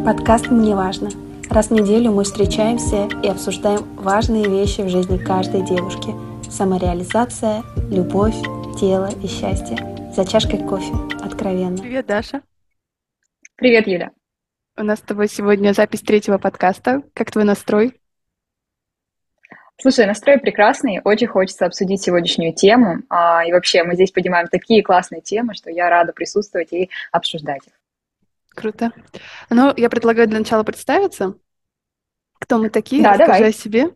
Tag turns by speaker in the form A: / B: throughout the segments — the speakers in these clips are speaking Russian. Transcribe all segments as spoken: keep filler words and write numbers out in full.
A: Подкаст «Мне важно». Раз в неделю мы встречаемся и обсуждаем важные вещи в жизни каждой девушки. Самореализация, любовь, тело и счастье. За чашкой кофе. Откровенно.
B: Привет, Даша.
C: Привет, Юля.
B: У нас с тобой сегодня запись третьего подкаста. Как твой настрой?
C: Слушай, настрой прекрасный. Очень хочется обсудить сегодняшнюю тему. А, и вообще, мы здесь поднимаем такие классные темы, что я рада присутствовать и обсуждать их.
B: Круто. Ну, я предлагаю для начала представиться. Кто мы такие?
C: Да,
B: Расскажи
C: давай.
B: о себе.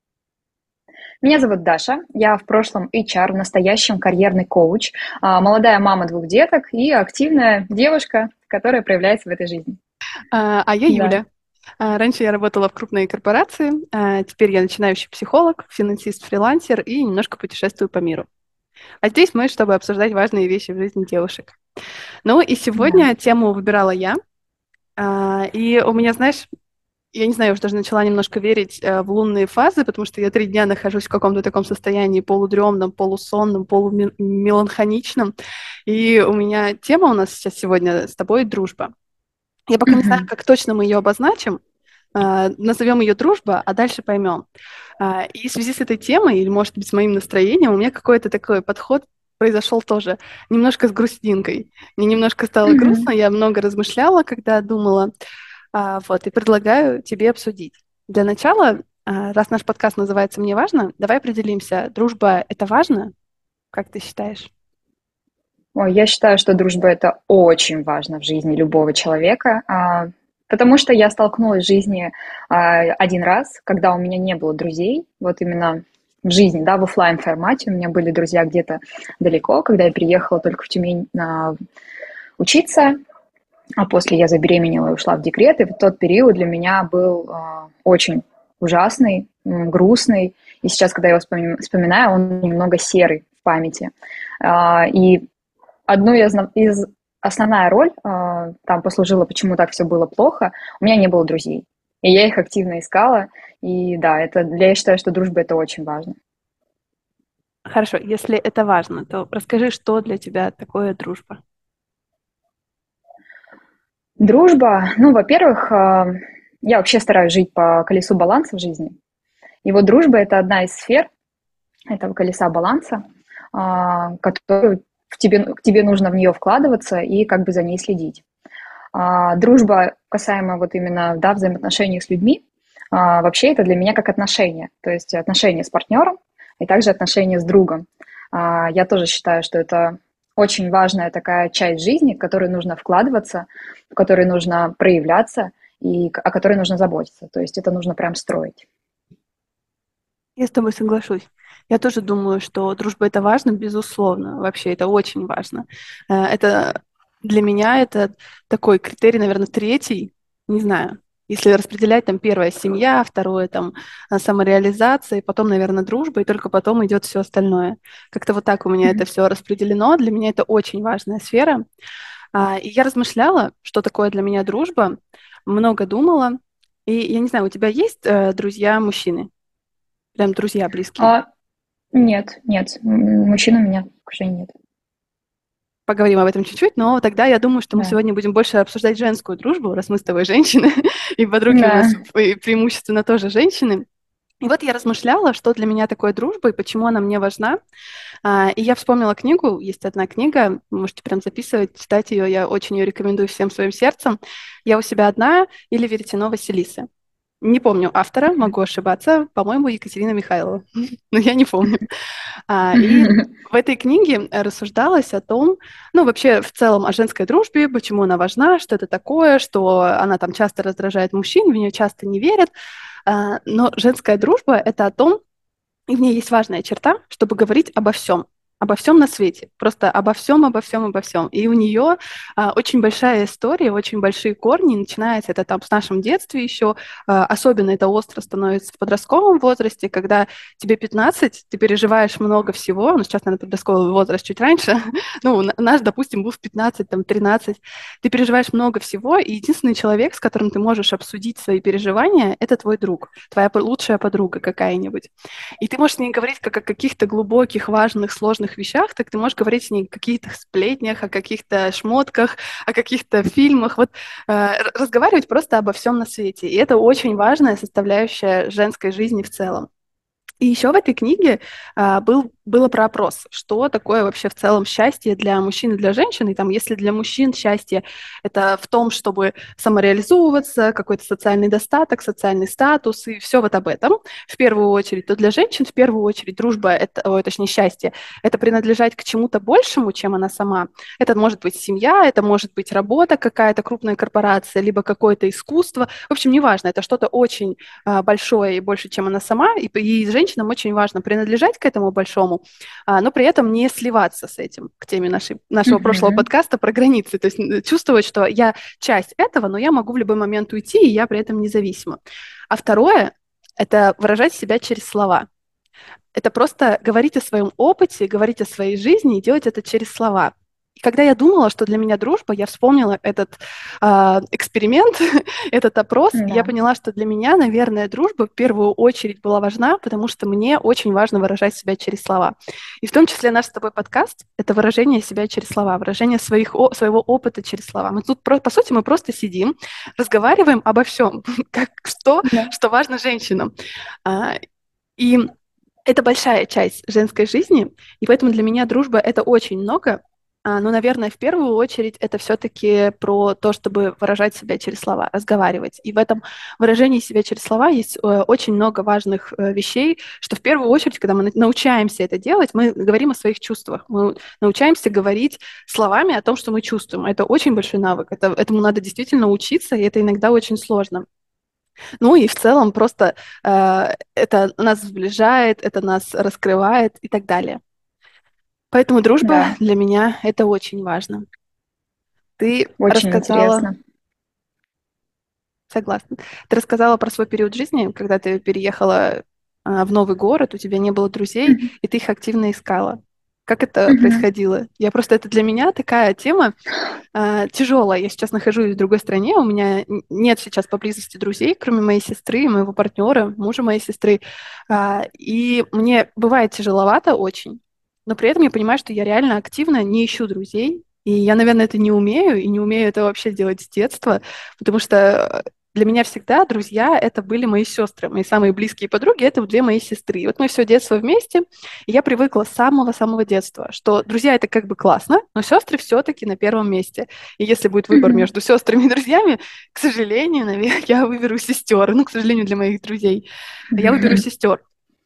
C: Меня зовут Даша. Я в прошлом эйч ар, в настоящем карьерный коуч, а, молодая мама двух деток и активная девушка, которая проявляется в этой жизни.
B: А, а я
C: Да.
B: Юля. А, Раньше я работала в крупной корпорации, а теперь я начинающий психолог, финансист, фрилансер и немножко путешествую по миру. А здесь мы, чтобы обсуждать важные вещи в жизни девушек. Ну и сегодня
C: Да.
B: тему выбирала я. А, И у меня, знаешь, я не знаю, я уже даже начала немножко верить э, в лунные фазы, потому что я три дня нахожусь в каком-то таком состоянии полудремном, полусонном, полумеланхоничном. И у меня тема у нас сейчас сегодня с тобой дружба. Я пока не знаю,
C: Мгм.
B: как точно мы ее обозначим. Э, назовем ее дружба, а дальше поймем. Э, и в связи с этой темой, или, может быть, с моим настроением, у меня какой-то такой подход произошел тоже немножко с грустинкой. Мне немножко стало грустно,
C: Мгм.
B: я много размышляла, когда думала. А, вот, и предлагаю тебе обсудить. Для начала, а, раз наш подкаст называется «Мне важно», давай определимся, дружба — это важно? Как ты считаешь?
C: Ой, я считаю, что дружба – это очень важно в жизни любого человека, а, потому что я столкнулась в жизни а, один раз, когда у меня не было друзей, вот именно в жизни, да, в оффлайн формате. У меня были друзья где-то далеко, когда я приехала только в Тюмень а, учиться, а после я забеременела и ушла в декрет, и в тот период для меня был а, очень ужасный, м, грустный, и сейчас, когда я его вспоми- вспоминаю, он немного серый в памяти. А, И одну из, из основная роль а, там послужила, почему так все было плохо. У меня не было друзей, и я их активно искала. И да, это я считаю, что дружба это очень важно.
B: Хорошо, если это важно, то расскажи, что для тебя такое дружба?
C: Дружба, ну, во-первых, а, я вообще стараюсь жить по колесу баланса в жизни. И вот дружба это одна из сфер этого колеса баланса, а, которую в тебе, к тебе нужно в нее вкладываться и как бы за ней следить. А, дружба касаемо вот именно, да, взаимоотношений с людьми, а, вообще это для меня как отношения, то есть отношения с партнером и также отношения с другом. А, я тоже считаю, что это очень важная такая часть жизни, в которой нужно вкладываться, в которой нужно проявляться и о которой нужно заботиться. То есть это нужно прям строить.
B: Я с тобой соглашусь. Я тоже думаю, что дружба — это важно, безусловно. Вообще, это очень важно. Э, Это для меня это такой критерий, наверное, третий, не знаю. Если распределять, там, первое — семья, второе — там, э, самореализация, и потом, наверное, дружба, и только потом идет все остальное. Как-то вот так у меня это
C: Мгм.
B: все распределено. Для меня это очень важная сфера. А, И я размышляла, что такое для меня дружба, много думала. И я не знаю, у тебя есть э, друзья-мужчины? Прям друзья близкие?
C: А, нет, нет, м, мужчин у меня в окружении нет.
B: Поговорим об этом чуть-чуть, но тогда я думаю, что мы
C: Да.
B: сегодня будем больше обсуждать женскую дружбу, раз мы с тобой женщины, и подруги у
C: Да.
B: нас пре- преимущественно тоже женщины. И вот я размышляла, что для меня такое дружба и почему она мне важна. А, И я вспомнила книгу, есть одна книга, вы можете прям записывать, читать ее, я очень ее рекомендую всем своим сердцем. «Я у себя одна» или «Веретено Василисы». Не помню автора,
C: Мгм.
B: могу ошибаться, по-моему, Екатерина Михайлова, но я не помню. А, И
C: Мгм.
B: в этой книге э, рассуждалось о том, ну, вообще в целом о женской дружбе, почему она важна, что это такое, что она там часто раздражает мужчин, в нее часто не верят. А, Но женская дружба — это о том, и в ней есть важная черта, чтобы говорить обо всем, обо всем на свете, просто обо всем, обо всем, обо всем. И у нее а, очень большая история, очень большие корни. Начинается это там с нашем детстве еще. А, особенно это остро становится в подростковом возрасте, когда тебе пятнадцать, ты переживаешь много всего. Ну, сейчас, наверное, подростковый возраст чуть раньше. Ну, н- наш, допустим, был в пятнадцать, там, тринадцать. Ты переживаешь много всего, и единственный человек, с которым ты можешь обсудить свои переживания, это твой друг, твоя по- лучшая подруга какая-нибудь. И ты можешь с ней говорить как о каких-то глубоких, важных, сложных важных вещах, так ты можешь говорить с ней о каких-то сплетнях, о каких-то шмотках, о каких-то фильмах, вот э, разговаривать просто обо всем на свете. И это очень важная составляющая женской жизни в целом. И еще в этой книге а, был, было про опрос, что такое вообще в целом счастье для мужчин и для женщин. И там, если для мужчин счастье– это в том, чтобы самореализовываться, какой-то социальный достаток, социальный статус и все вот об этом, в первую очередь, то для женщин в первую очередь дружба, это, ой, точнее счастье, это принадлежать к чему-то большему, чем она сама. Это может быть семья, это может быть работа какая-то, крупная корпорация, либо какое-то искусство. В общем, неважно, это что-то очень а, большое и больше, чем она сама. И, и женщинам очень важно принадлежать к этому большому, а, но при этом не сливаться с этим, к теме нашей, нашего
C: Мгм.
B: прошлого подкаста про границы. То есть н- чувствовать, что я часть этого, но я могу в любой момент уйти, и я при этом независима. А второе– это выражать себя через слова. Это просто говорить о своем опыте, говорить о своей жизни и делать это через слова. И когда я думала, что для меня дружба, я вспомнила этот а, эксперимент, этот опрос, и я
C: Да,
B: поняла, что для меня, наверное, дружба в первую очередь была важна, потому что мне очень важно выражать себя через слова. И в том числе наш с тобой подкаст– это выражение себя через слова, выражение своих, о- своего опыта через слова. Мы тут, про- по сути, мы просто сидим, разговариваем обо всем, как, что,
C: да,
B: что важно женщинам. А, И это большая часть женской жизни, и поэтому для меня дружба– это очень много. А, Но, наверное, в первую очередь это все-таки про то, чтобы выражать себя через слова, разговаривать. И в этом выражении себя через слова есть э, очень много важных э, вещей, что в первую очередь, когда мы на- научаемся это делать, мы говорим о своих чувствах. Мы научаемся говорить словами о том, что мы чувствуем. Это очень большой навык. Это, этому надо действительно учиться, и это иногда очень сложно. Ну и в целом просто э, это нас сближает, это нас раскрывает и так далее. Поэтому дружба
C: да,
B: для меня это очень важно. Ты
C: очень
B: рассказала,
C: интересно.
B: согласна, ты рассказала про свой период жизни, когда ты переехала а, в новый город, у тебя не было друзей,
C: Мгм.
B: и ты их активно искала. Как это
C: Мгм.
B: происходило? Я просто, это для меня такая тема а, тяжелая. Я сейчас нахожусь в другой стране, у меня н- нет сейчас поблизости друзей, кроме моей сестры, моего партнера, мужа моей сестры. А, и мне бывает тяжеловато очень, но при этом я понимаю, что я реально активно не ищу друзей. И я, наверное, это не умею, и не умею это вообще делать с детства, потому что для меня всегда друзья это были мои сестры, мои самые близкие подруги, это две мои сестры. И вот мы все детство вместе, и я привыкла с самого-самого детства, что друзья это как бы классно, но сестры все-таки на первом месте. И если будет выбор
C: Мгм.
B: между сестрами и друзьями, к сожалению, наверное, я выберу сестер. Ну, к сожалению, для моих друзей. Я выберу сестер.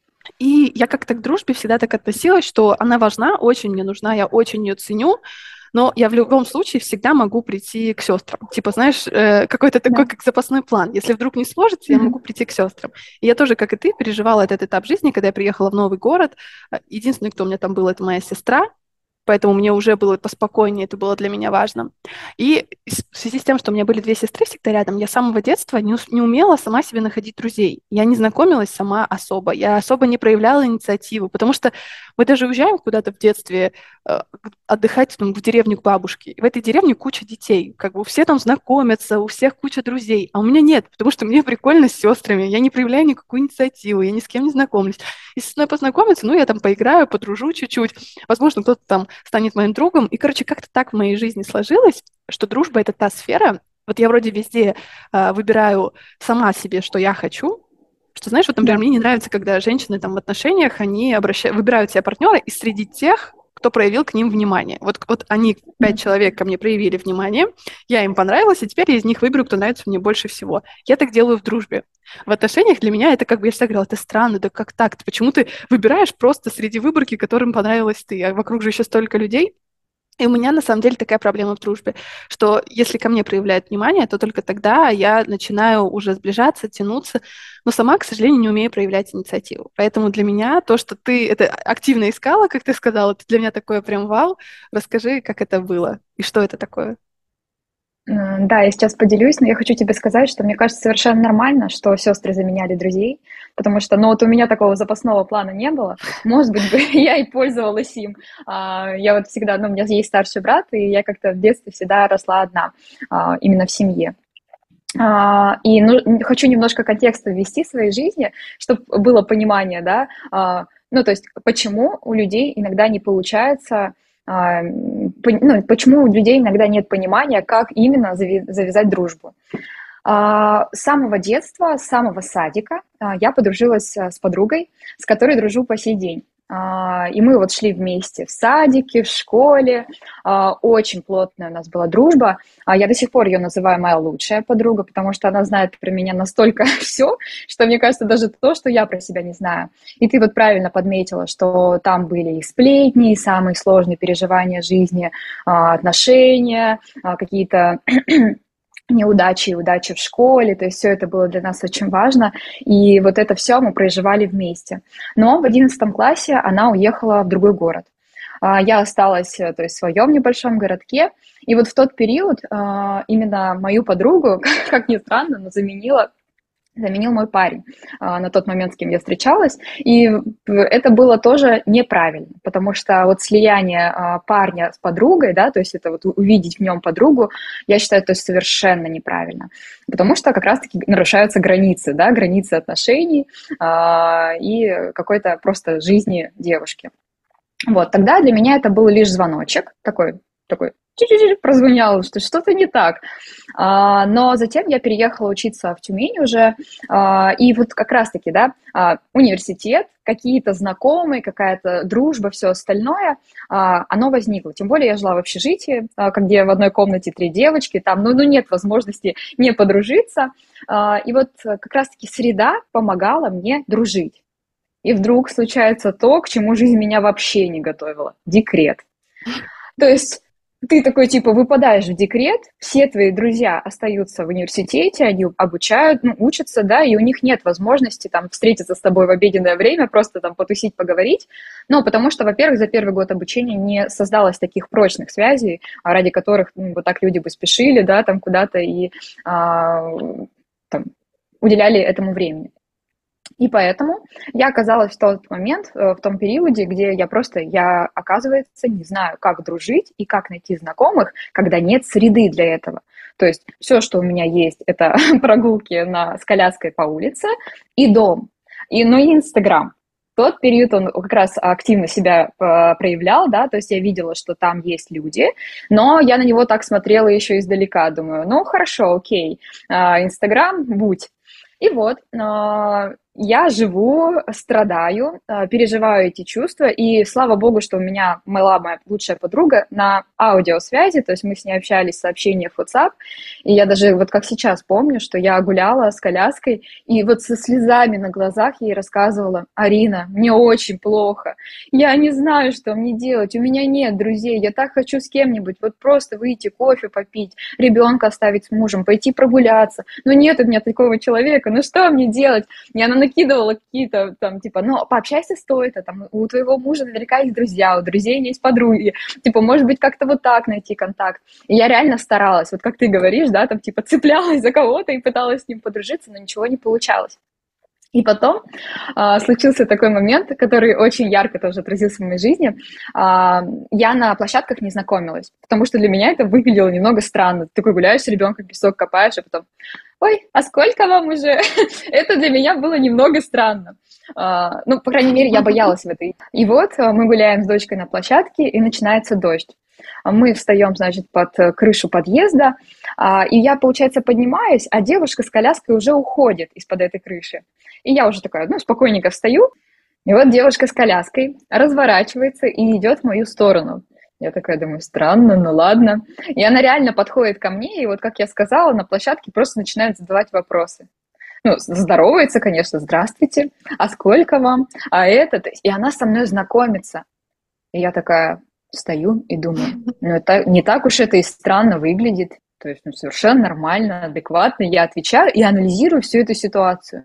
B: И я как-то к дружбе всегда так относилась, что она важна, очень мне нужна, я очень ее ценю, но я в любом случае всегда могу прийти к сестрам. Типа, знаешь, э, какой-то такой,
C: Да.
B: как запасной план. Если вдруг не сложится, я
C: Мгм.
B: могу прийти к сестрам. И я тоже, как и ты, переживала этот этап жизни, когда я приехала в новый город. Э, Единственный, кто у меня там был, это моя сестра. Поэтому мне уже было поспокойнее, это было для меня важно. И с- в связи с тем, что у меня были две сестры всегда рядом, я с самого детства не, ус- не умела сама себе находить друзей. Я не знакомилась сама особо, я особо не проявляла инициативу, потому что мы даже уезжаем куда-то в детстве э, г- отдыхать там, в деревню к бабушке. И в этой деревне куча детей, как бы все там знакомятся, у всех куча друзей, а у меня нет, потому что мне прикольно с сестрами, я не проявляю никакую инициативу, я ни с кем не знакомлюсь. Если с мной познакомиться, ну, я там поиграю, подружу чуть-чуть, возможно, кто-то там станет моим другом. И, короче, как-то так в моей жизни сложилось, что дружба— это та сфера, вот я вроде везде а, выбираю сама себе, что я хочу, что, знаешь, вот, например,
C: Да.
B: мне не нравится, когда женщины там в отношениях, они обращают, выбирают себе партнера и среди тех, кто проявил к ним внимание. Вот, вот они, пять
C: Мгм.
B: человек, ко мне проявили внимание, я им понравилась, и теперь я из них выберу, кто нравится мне больше всего. Я так делаю в дружбе. В отношениях для меня это как бы, я всегда говорила, это странно, да как так? Почему ты выбираешь просто среди выборки, которым понравилась ты, а вокруг же еще столько людей? И у меня на самом деле такая проблема в дружбе, что если ко мне проявляют внимание, то только тогда я начинаю уже сближаться, тянуться, но сама, к сожалению, не умею проявлять инициативу. Поэтому для меня то, что ты это активно искала, как ты сказала, это для меня такое прям вау. Расскажи, как это было и что это такое.
C: М, Да, я сейчас поделюсь, но я хочу тебе сказать, что мне кажется совершенно нормально, что сестры заменяли друзей, потому что, ну, вот у меня такого запасного плана не было. Может быть, бы я и пользовалась им. А, Я вот всегда, ну, у меня есть старший брат, и я как-то в детстве всегда росла одна, а, именно в семье. А, И ну, н- хочу немножко контекста ввести в своей жизни, чтобы было понимание, да, а, Ну, то есть почему у людей иногда не получается, а, ну, почему у людей иногда нет понимания, как именно завязать дружбу. С самого детства, с самого садика я подружилась с подругой, с которой дружу по сей день. И мы вот шли вместе в садике, в школе. Очень плотная у нас была дружба. Я до сих пор ее называю моя лучшая подруга, потому что она знает про меня настолько все, что мне кажется, даже то, что я про себя не знаю. И ты вот правильно подметила, что там были и сплетни, и самые сложные переживания жизни, отношения, какие-то неудачи и удачи в школе, то есть все это было для нас очень важно, и вот это все мы проживали вместе. Но в одиннадцатом классе она уехала в другой город. Я осталась, то есть, в своем небольшом городке, и вот в тот период именно мою подругу, как ни странно, но заменила заменил мой парень на тот момент, с кем я встречалась, и это было тоже неправильно, потому что вот слияние парня с подругой, да, то есть это вот увидеть в нем подругу, я считаю, это совершенно неправильно, потому что как раз-таки нарушаются границы, да, границы отношений и какой-то просто жизни девушки. Вот, тогда для меня это был лишь звоночек, такой, такой, прозвучало, что что-то не так. Но затем я переехала учиться в Тюмень уже, и вот как раз-таки, да, университет, какие-то знакомые, какая-то дружба, все остальное, оно возникло. Тем более я жила в общежитии, где в одной комнате три девочки, там, ну, ну нет возможности не подружиться. И вот как раз-таки среда помогала мне дружить. И вдруг случается то, к чему жизнь меня вообще не готовила. Декрет. То есть ты такой, типа, выпадаешь в декрет, все твои друзья остаются в университете, они обучают, ну, учатся, да, и у них нет возможности там встретиться с тобой в обеденное время, просто там потусить, поговорить. Ну, потому что, во-первых, за первый год обучения не создалось таких прочных связей, ради которых, ну, вот так люди бы спешили, да, там куда-то и а, там, уделяли этому времени. И поэтому я оказалась в тот момент, в том периоде, где я просто, я, оказывается, не знаю, как дружить и как найти знакомых, когда нет среды для этого. То есть все, что у меня есть, это прогулки на, с коляской по улице и дом, и, ну и Инстаграм. Тот период он как раз активно себя проявлял, да, то есть я видела, что там есть люди, но я на него так смотрела еще издалека, думаю, ну хорошо, окей, Инстаграм, будь. И вот я живу, страдаю, переживаю эти чувства, и слава богу, что у меня была моя лучшая подруга на аудиосвязи, то есть мы с ней общались в сообщениях в WhatsApp, и я даже вот как сейчас помню, что я гуляла с коляской, и вот со слезами на глазах ей рассказывала: Арина, мне очень плохо, я не знаю, что мне делать, у меня нет друзей, я так хочу с кем-нибудь вот просто выйти кофе попить, ребенка оставить с мужем, пойти прогуляться, но нет у меня такого человека, ну что мне делать? И она накидывала какие-то там, типа, ну, пообщайся с той-то, там, у твоего мужа наверняка есть друзья, у друзей есть подруги, типа, может быть, как-то вот так найти контакт. И я реально старалась, вот как ты говоришь, да, там, типа, цеплялась за кого-то и пыталась с ним подружиться, но ничего не получалось. И потом а, случился такой момент, который очень ярко тоже отразился в моей жизни. А, я на площадках не знакомилась, потому что для меня это выглядело немного странно. Ты такой гуляешь с ребенком, песок копаешь, а потом: ой, а сколько вам уже? Это для меня было немного странно. А, ну, по крайней мере, я боялась в этой. И вот мы гуляем с дочкой на площадке, и начинается дождь. Мы встаем, значит, под крышу подъезда, и я, получается, поднимаюсь, а девушка с коляской уже уходит из-под этой крыши. И я уже такая, ну, спокойненько встаю, и вот девушка с коляской разворачивается и идет в мою сторону. Я такая думаю, странно, ну ладно. И она реально подходит ко мне, и вот, как я сказала, на площадке просто начинает задавать вопросы. Ну, здоровается, конечно, здравствуйте, а сколько вам, а это, и она со мной знакомится. И я такая встаю и думаю, ну, это не так уж это и странно выглядит, то есть, ну, совершенно нормально, адекватно, я отвечаю и анализирую всю эту ситуацию.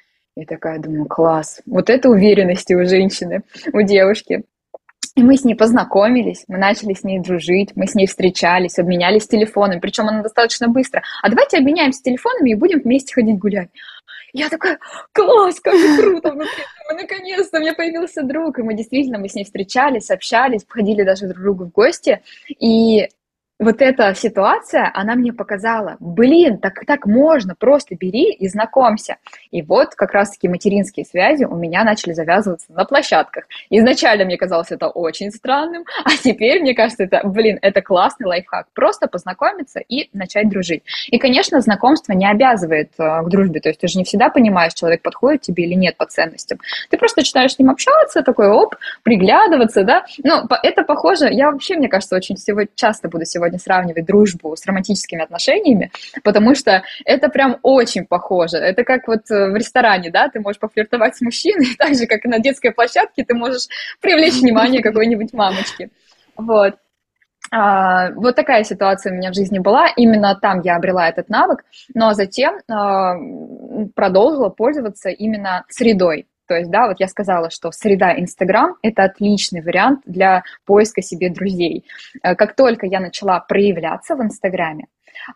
C: И такая думаю, класс, вот это уверенности у женщины, у девушки. И мы с ней познакомились, мы начали с ней дружить, мы с ней встречались, обменялись телефонами, причем она достаточно быстро. А давайте обменяемся телефонами и будем вместе ходить гулять. Я такая, класс, как же круто, внутри, наконец-то у меня появился друг. И мы действительно, мы с ней встречались, общались, ходили даже друг к другу в гости. И вот эта ситуация, она мне показала, блин, так, так можно, просто бери и знакомься. И вот как раз-таки материнские связи у меня начали завязываться на площадках. Изначально мне казалось это очень странным, а теперь мне кажется, это, блин, это классный лайфхак. Просто познакомиться и начать дружить. И, конечно, знакомство не обязывает э, к дружбе, то есть ты же не всегда понимаешь, человек подходит тебе или нет по ценностям. Ты просто начинаешь с ним общаться, такой, оп, приглядываться, да. Ну, это похоже, я вообще, мне кажется, очень всего часто буду сегодня сравнивать дружбу с романтическими отношениями, потому что это прям очень похоже. Это как вот в ресторане, да, ты можешь пофлиртовать с мужчиной, так же, как и на детской площадке, ты можешь привлечь внимание какой-нибудь мамочки. Вот. А, вот такая ситуация у меня в жизни была. Именно там я обрела этот навык, но затем а, продолжила пользоваться именно средой. То есть, да, вот я сказала, что среда Инстаграм – это отличный вариант для поиска себе друзей. Как только я начала проявляться в Инстаграме,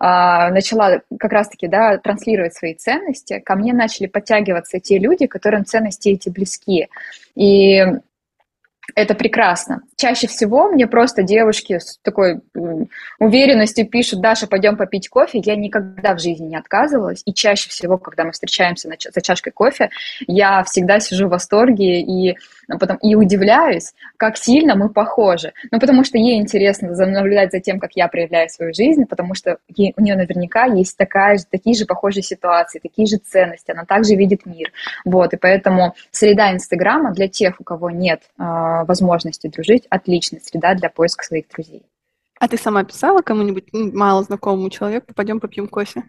C: начала как раз-таки, да, транслировать свои ценности, ко мне начали подтягиваться те люди, которым ценности эти близки. И это прекрасно. Чаще всего мне просто девушки с такой уверенностью пишут: Даша, пойдем попить кофе. Я никогда в жизни не отказывалась. И чаще всего, когда мы встречаемся за чашкой кофе, я всегда сижу в восторге и, потом, и удивляюсь, как сильно мы похожи. Ну, потому что ей интересно наблюдать за тем, как я проявляю свою жизнь, потому что ей, у нее наверняка есть такая же, такие же похожие ситуации, такие же ценности. Она также видит мир. Вот, и поэтому среда Инстаграма для тех, у кого нет возможности дружить, отличная среда для поиска своих друзей.
B: А ты сама писала кому-нибудь мало знакомому человеку: пойдем попьем кофе?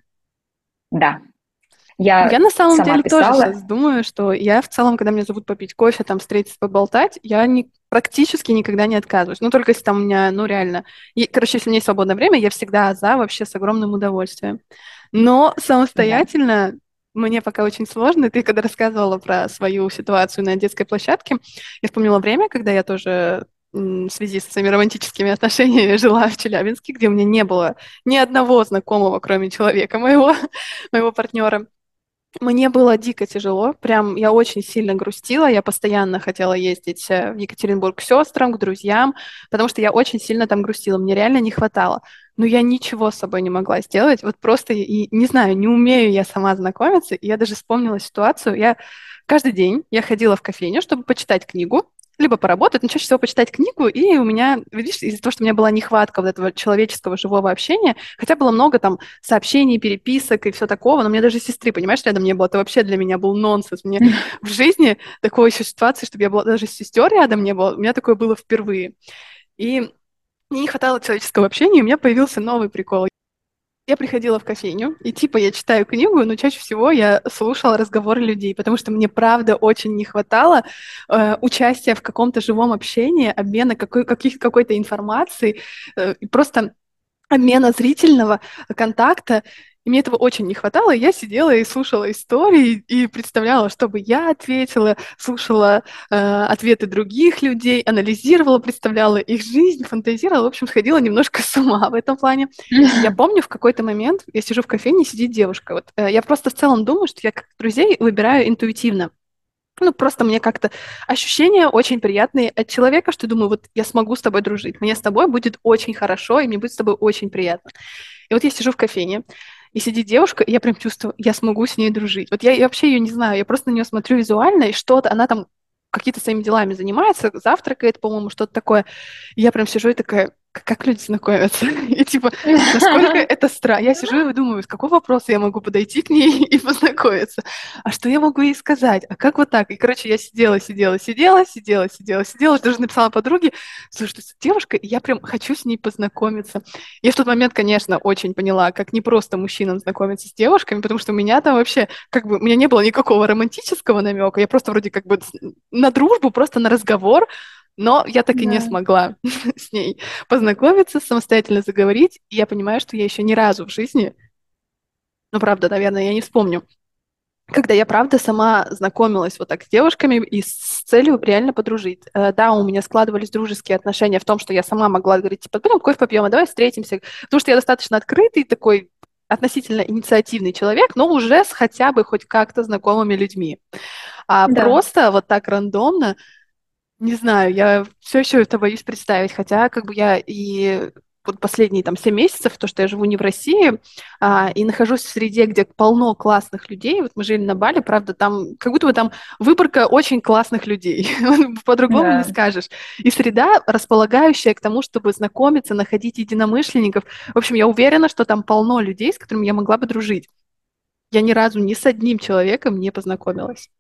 C: Да. Я,
B: я на самом
C: сама
B: деле
C: писала.
B: тоже сейчас думаю, что я в целом, когда меня зовут попить кофе, там встретиться, поболтать, я не, практически никогда не отказываюсь. Ну, только если там у меня, ну, реально... И, короче, если у меня есть свободное время, я всегда за, вообще с огромным удовольствием. Но самостоятельно... Да. Мне пока очень сложно. Ты когда рассказывала про свою ситуацию на детской площадке, я вспомнила время, когда я тоже в связи со своими романтическими отношениями жила в Челябинске, где у меня не было ни одного знакомого, кроме человека моего, моего партнера. Мне было дико тяжело, прям я очень сильно грустила, я постоянно хотела ездить в Екатеринбург к сестрам, к друзьям, потому что я очень сильно там грустила, мне реально не хватало. Но я ничего с собой не могла сделать, вот просто, и, не знаю, не умею я сама знакомиться, и я даже вспомнила ситуацию, я каждый день я ходила в кофейню, чтобы почитать книгу, либо поработать, но чаще всего почитать книгу, и у меня, видишь, из-за того, что у меня была нехватка вот этого человеческого живого общения, хотя было много там сообщений, переписок и все такого, но у меня даже сестры, понимаешь, рядом не было, это вообще для меня был нонсенс. Мне в жизни такой еще ситуации, чтобы я была, даже сестер рядом не было, у меня такое было впервые. И мне не хватало человеческого общения, и у меня появился новый прикол. Я приходила в кофейню, и типа я читаю книгу, но чаще всего я слушала разговоры людей, потому что мне правда очень не хватало э, участия в каком-то живом общении, обмена какой, каких, какой-то информацией, э, просто обмена зрительного контакта. И мне этого очень не хватало, и я сидела и слушала истории, и представляла, что бы я ответила, слушала э, ответы других людей, анализировала, представляла их жизнь, фантазировала, в общем, сходила немножко с ума в этом плане. Я помню, в какой-то момент я сижу в кофейне, сидит девушка. Вот, э, я просто в целом думаю, что я как друзей выбираю интуитивно. Ну, просто мне как-то ощущения очень приятные от человека, что думаю, вот я смогу с тобой дружить, мне с тобой будет очень хорошо, и мне будет с тобой очень приятно. И вот я сижу в кофейне, и сидит девушка, и я прям чувствую, я смогу с ней дружить. Вот я, я вообще ее не знаю, я просто на нее смотрю визуально, и что-то, она там какие-то своими делами занимается, завтракает, по-моему, что-то такое. И я прям сижу и такая: как люди знакомятся? И типа, насколько это странно. Я сижу и думаю, с какого вопроса я могу подойти к ней и познакомиться? А что я могу ей сказать? А как вот так? И, короче, я сидела, сидела, сидела, сидела, сидела, сидела, даже написала подруге: слушай, что девушка, и я прям хочу с ней познакомиться. Я в тот момент, конечно, очень поняла, как не просто мужчинам знакомиться с девушками, потому что у меня там вообще, как бы, у меня не было никакого романтического намека, я просто вроде как бы на дружбу, просто на разговор, но я так и да. не смогла с ней познакомиться, самостоятельно заговорить. И я понимаю, что я еще ни разу в жизни, ну, правда, наверное, я не вспомню, когда я, правда, сама знакомилась вот так с девушками и с целью реально подружить. Да, у меня складывались дружеские отношения в том, что я сама могла говорить, типа, пойдем кофе попьем, а давай встретимся. Потому что я достаточно открытый такой, относительно инициативный человек, но уже с хотя бы хоть как-то знакомыми людьми. А да. просто вот так рандомно, не знаю, я все еще это боюсь представить, хотя как бы я и вот последние там семь месяцев, то, что я живу не в России, а, и нахожусь в среде, где полно классных людей. Вот мы жили на Бали, правда, там как будто бы там выборка очень классных людей. По-другому не
C: Да.
B: скажешь. И среда, располагающая к тому, чтобы знакомиться, находить единомышленников. В общем, я уверена, что там полно людей, с которыми я могла бы дружить. Я ни разу ни с одним человеком не познакомилась.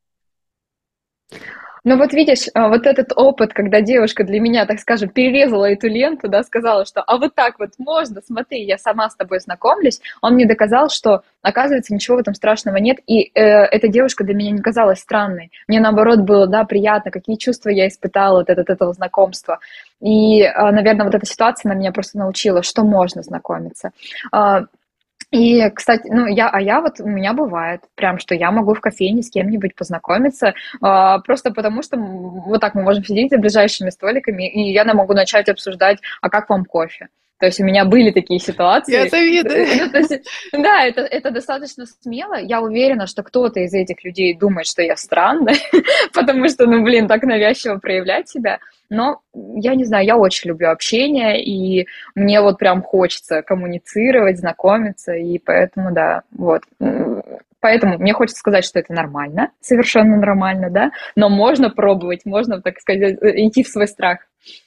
C: Ну вот видишь, а, вот этот опыт, когда девушка для меня, так скажем, перерезала эту ленту, да, сказала, что а вот так вот можно, смотри, я сама с тобой знакомлюсь, он мне доказал, что, оказывается, ничего в этом страшного нет, и э, эта девушка для меня не казалась странной. Мне, наоборот, было, да, приятно, какие чувства я испытала вот от, от этого знакомства. И, э, наверное, вот эта ситуация на меня просто научила, что можно знакомиться. А, И, кстати, ну, я, а я вот, у меня бывает прям, что я могу в кофейне с кем-нибудь познакомиться, а, просто потому что м, вот так мы можем сидеть за ближайшими столиками, и я на- могу начать обсуждать, а как вам кофе? То есть у меня были такие
B: Я
C: ситуации.
B: завидую.
C: Э, Ну, то есть, да, это, это достаточно смело. Я уверена, что кто-то из этих людей думает, что я странная, потому что, ну, блин, так навязчиво проявлять себя. Но я не знаю, я очень люблю общение, и мне вот прям хочется коммуницировать, знакомиться, и поэтому, да, вот. М, Поэтому мне хочется сказать, что это нормально, совершенно нормально, да, но можно пробовать, можно, так сказать, э, идти в свой страх.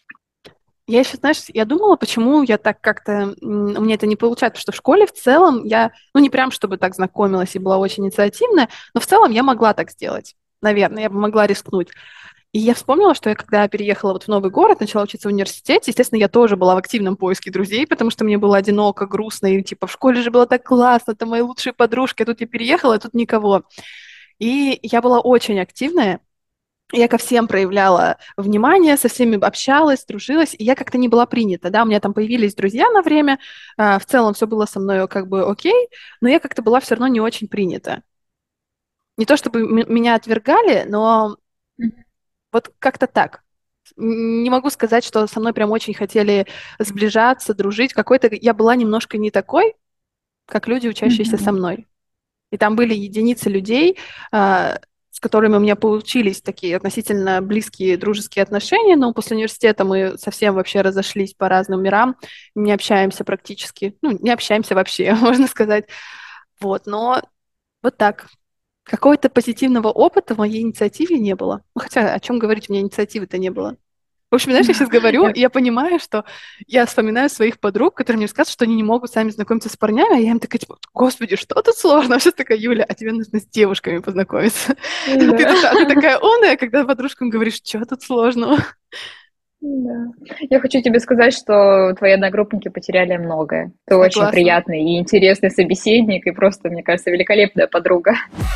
B: Я еще, знаешь, я думала, почему я так как-то, м, у меня это не получается, потому что в школе в целом я, ну, не прям чтобы так знакомилась и была очень инициативная, но в целом я могла так сделать. Наверное, я бы могла рискнуть. И я вспомнила, что я когда переехала вот в новый город, начала учиться в университете, естественно, я тоже была в активном поиске друзей, потому что мне было одиноко, грустно, и типа в школе же было так классно, это мои лучшие подружки, а тут я переехала, а тут никого. И я была очень активная, я ко всем проявляла внимание, со всеми общалась, дружилась, и я как-то не была принята, да, у меня там появились друзья на время, а, в целом все было со мной как бы окей, но я как-то была все равно не очень принята. Не то чтобы м- меня отвергали, но вот как-то так. Н- Не могу сказать, что со мной прям очень хотели сближаться, дружить. Какой-то я была немножко не такой, как люди, учащиеся со
C: Мгм.
B: мной. И там были единицы людей, а, с которыми у меня получились такие относительно близкие дружеские отношения, но после университета мы совсем вообще разошлись по разным мирам, не общаемся практически, ну, не общаемся вообще, можно сказать. Вот, но вот так. Какого-то позитивного опыта в моей инициативе не было. Ну, хотя, о чем говорить, у меня инициативы-то не было. В общем, знаешь, я сейчас говорю,
C: Я
B: и я понимаю, что я вспоминаю своих подруг, которые мне сказали, что они не могут сами знакомиться с парнями, а я им такая, типа, господи, что тут сложно? А сейчас такая, Юля, а тебе нужно с девушками познакомиться. А ты,
C: Да,
B: такая- а ты такая умная, когда подружкам говоришь, что тут сложного?
C: да. Я хочу тебе сказать, что твои одногруппники потеряли многое. Ты очень
B: Согласна.
C: приятный и интересный собеседник, и просто, мне кажется, великолепная подруга.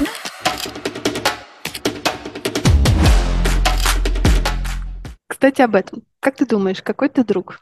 B: Кстати, об этом. Как ты думаешь, какой ты друг?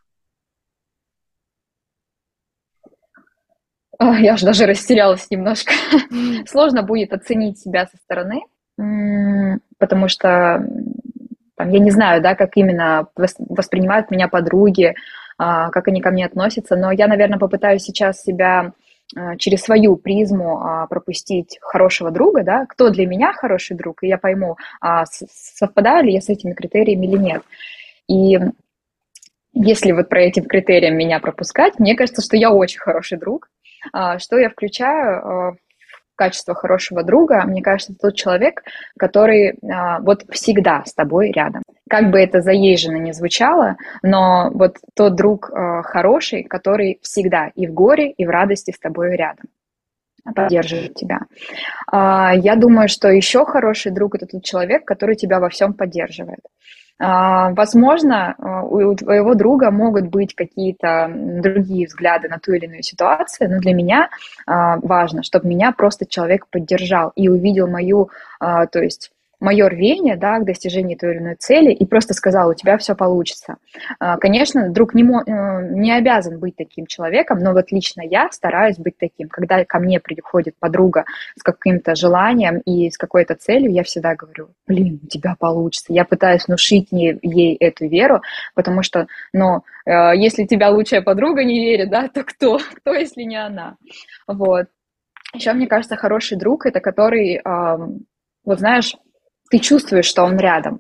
C: А, Я аж даже растерялась немножко. Сложно будет оценить себя со стороны, м, потому что м, там, я не знаю, да, как именно вос- воспринимают меня подруги, а, как они ко мне относятся, но я, наверное, попытаюсь сейчас себя а, через свою призму а, пропустить хорошего друга, да, кто для меня хороший друг, и я пойму, а, с- совпадаю ли я с этими критериями или нет. И если вот про этим критериям меня пропускать, мне кажется, что я очень хороший друг. А, Что я включаю а, в качество хорошего друга? Мне кажется, это тот человек, который а, вот всегда с тобой рядом. Как бы это заезженно не звучало, но вот тот друг а, хороший, который всегда и в горе, и в радости с тобой рядом, поддерживает тебя. А, Я думаю, что еще хороший друг – это тот человек, который тебя во всем поддерживает. А, Возможно, а, у твоего друга могут быть какие-то другие взгляды на ту или иную ситуацию, но для меня а, важно, чтобы меня просто человек поддержал и увидел мою, а, то есть мое рвение, да, к достижению той или иной цели и просто сказал, у тебя все получится. А, Конечно, друг не, мо- э, не обязан быть таким человеком, но вот лично я стараюсь быть таким. Когда ко мне приходит подруга с каким-то желанием и с какой-то целью, я всегда говорю, блин, у тебя получится. Я пытаюсь внушить ей, ей эту веру, потому что, ну, э, если тебя лучшая подруга не верит, да, то кто? Кто, если не она? Вот. Еще, мне кажется, хороший друг – это который, ам, вот знаешь, ты чувствуешь, что он рядом.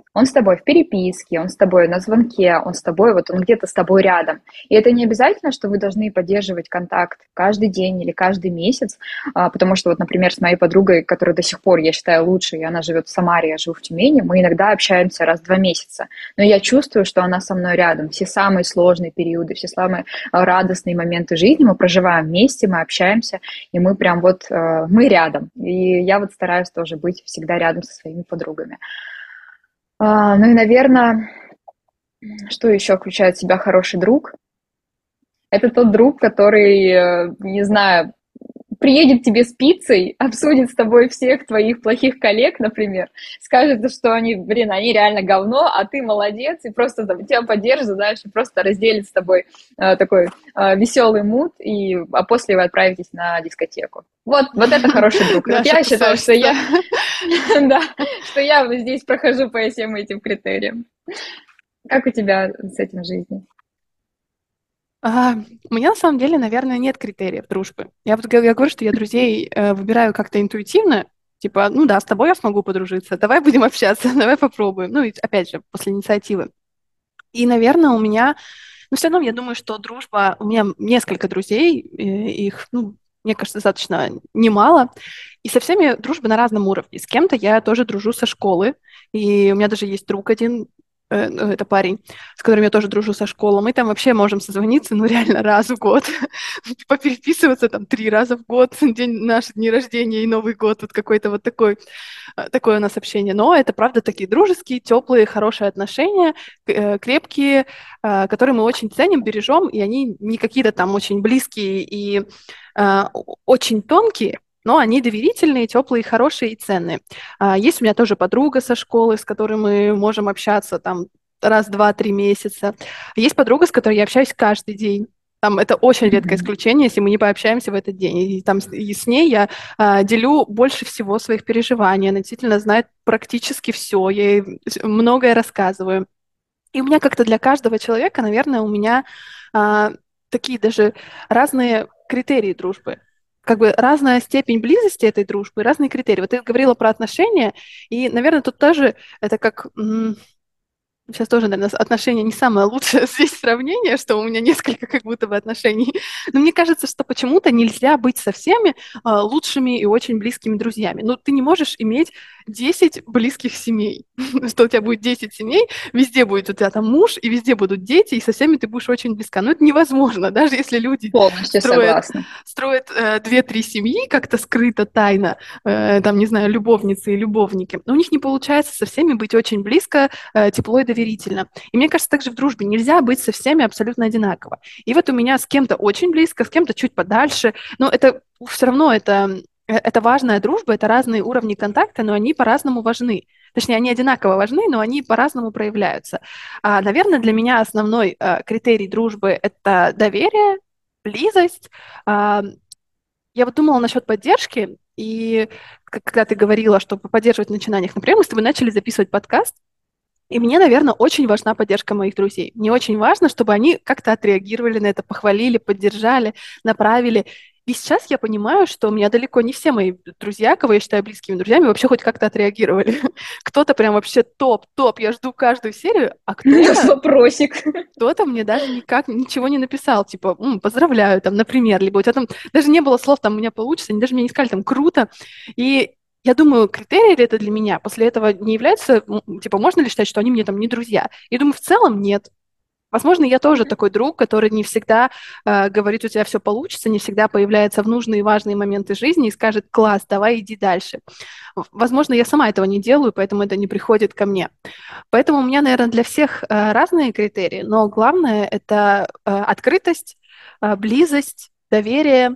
C: Он с тобой в переписке, он с тобой на звонке, он с тобой, вот он где-то с тобой рядом. И это не обязательно, что вы должны поддерживать контакт каждый день или каждый месяц, а, потому что вот, например, с моей подругой, которая до сих пор, я считаю, лучше, и она живет в Самаре, я живу в Тюмени, мы иногда общаемся раз в два месяца. Но я чувствую, что она со мной рядом. Все самые сложные периоды, все самые а, радостные моменты жизни мы проживаем вместе, мы общаемся, и мы прям вот, а, мы рядом. И я вот стараюсь тоже быть всегда рядом со своими подругами. А, ну и, наверное, что еще включает в себя хороший друг? Это тот друг, который, э, не знаю, приедет тебе с пиццей, обсудит с тобой всех твоих плохих коллег, например, скажет, что они, блин, они реально говно, а ты молодец, и просто там, тебя поддержит, знаешь, и просто разделит с тобой э, такой э, веселый мут, и, а после вы отправитесь на дискотеку. Вот, вот это хороший друг. Вот я считаю, что я, да, что я здесь прохожу по всем этим критериям. Как у тебя с этим в жизни?
B: А, у меня на самом деле, наверное, нет критериев дружбы. Я, вот, г- я говорю, что я друзей э, выбираю как-то интуитивно. Типа, ну да, с тобой я смогу подружиться, давай будем общаться, давай попробуем. Ну и опять же, после инициативы. И, наверное, у меня, ну все равно я думаю, что дружба, у меня несколько друзей, э, их, ну, мне кажется, достаточно немало. И со всеми дружба на разном уровне. С кем-то я тоже дружу со школы, и у меня даже есть друг один, э, ну, это парень, с которым я тоже дружу со школы. Мы там вообще можем созвониться, ну, реально раз в год, попереписываться там три раза в год, день наши дни рождения и Новый год, вот какой-то вот такой, э, такое у нас общение. Но это, правда, такие дружеские, теплые, хорошие отношения, к- э, крепкие, э, которые мы очень ценим, бережем, и они не какие-то там очень близкие и э, о- очень тонкие, но они доверительные, теплые, хорошие и ценные. А, Есть у меня тоже подруга со школы, с которой мы можем общаться там раз, два, три месяца. Есть подруга, с которой я общаюсь каждый день. Там это очень редкое
C: Мгм.
B: исключение, если мы не пообщаемся в этот день. И, там, с- и с ней я а, делю больше всего своих переживаний. Она действительно знает практически все. Я ей с- многое рассказываю. И у меня как-то для каждого человека, наверное, у меня а, такие даже разные критерии дружбы. Как бы разная степень близости этой дружбы, разные критерии. Вот ты говорила про отношения, и, наверное, тут тоже это как м, сейчас тоже, наверное, отношения не самое лучшее здесь сравнение, что у меня несколько как будто бы отношений. Но мне кажется, что почему-то нельзя быть со всеми а, лучшими и очень близкими друзьями. Ну, ты не можешь иметь десять близких семей, что у тебя будет десять семей, везде будет у тебя там муж, и везде будут дети, и со всеми ты будешь очень близка. Но это невозможно, даже если люди
C: Полностью
B: строят,
C: согласна.
B: строят э, две-три семьи как-то скрыто, тайно, э, там, не знаю, любовницы и любовники. Но у них не получается со всеми быть очень близко, э, тепло и доверительно. И мне кажется, также в дружбе нельзя быть со всеми абсолютно одинаково. И вот у меня с кем-то очень близко, с кем-то чуть подальше, но это все равно это, э, это важная дружба, это разные уровни контакта, но они по-разному важны. Точнее, они одинаково важны, но они по-разному проявляются. А, наверное, для меня основной э, критерий дружбы — это доверие, близость. А, я вот думала насчет поддержки, и к- когда ты говорила, что поддерживать в начинаниях, например, мы с тобой начали записывать подкаст, и мне, наверное, очень важна поддержка моих друзей. Мне очень важно, чтобы они как-то отреагировали на это, похвалили, поддержали, направили. И сейчас я понимаю, что у меня далеко не все мои друзья, кого я считаю близкими друзьями, вообще хоть как-то отреагировали. Кто-то прям вообще топ, топ, я жду каждую серию, а кто-то
C: Вопросик.
B: кто-то мне даже никак ничего не написал, типа, «М, поздравляю, там, например, либо у тебя там даже не было слов, там, у меня получится, они даже мне не сказали, там, круто. И я думаю, критерий ли это для меня после этого не является, м, типа, можно ли считать, что они мне там не друзья? Я думаю, в целом нет. Возможно, я тоже такой друг, который не всегда э, говорит, у тебя все получится, не всегда появляется в нужные и важные моменты жизни и скажет, класс, давай иди дальше. В- Возможно, я сама этого не делаю, поэтому это не приходит ко мне. Поэтому у меня, наверное, для всех э, разные критерии, но главное — это э, открытость, э, близость, доверие,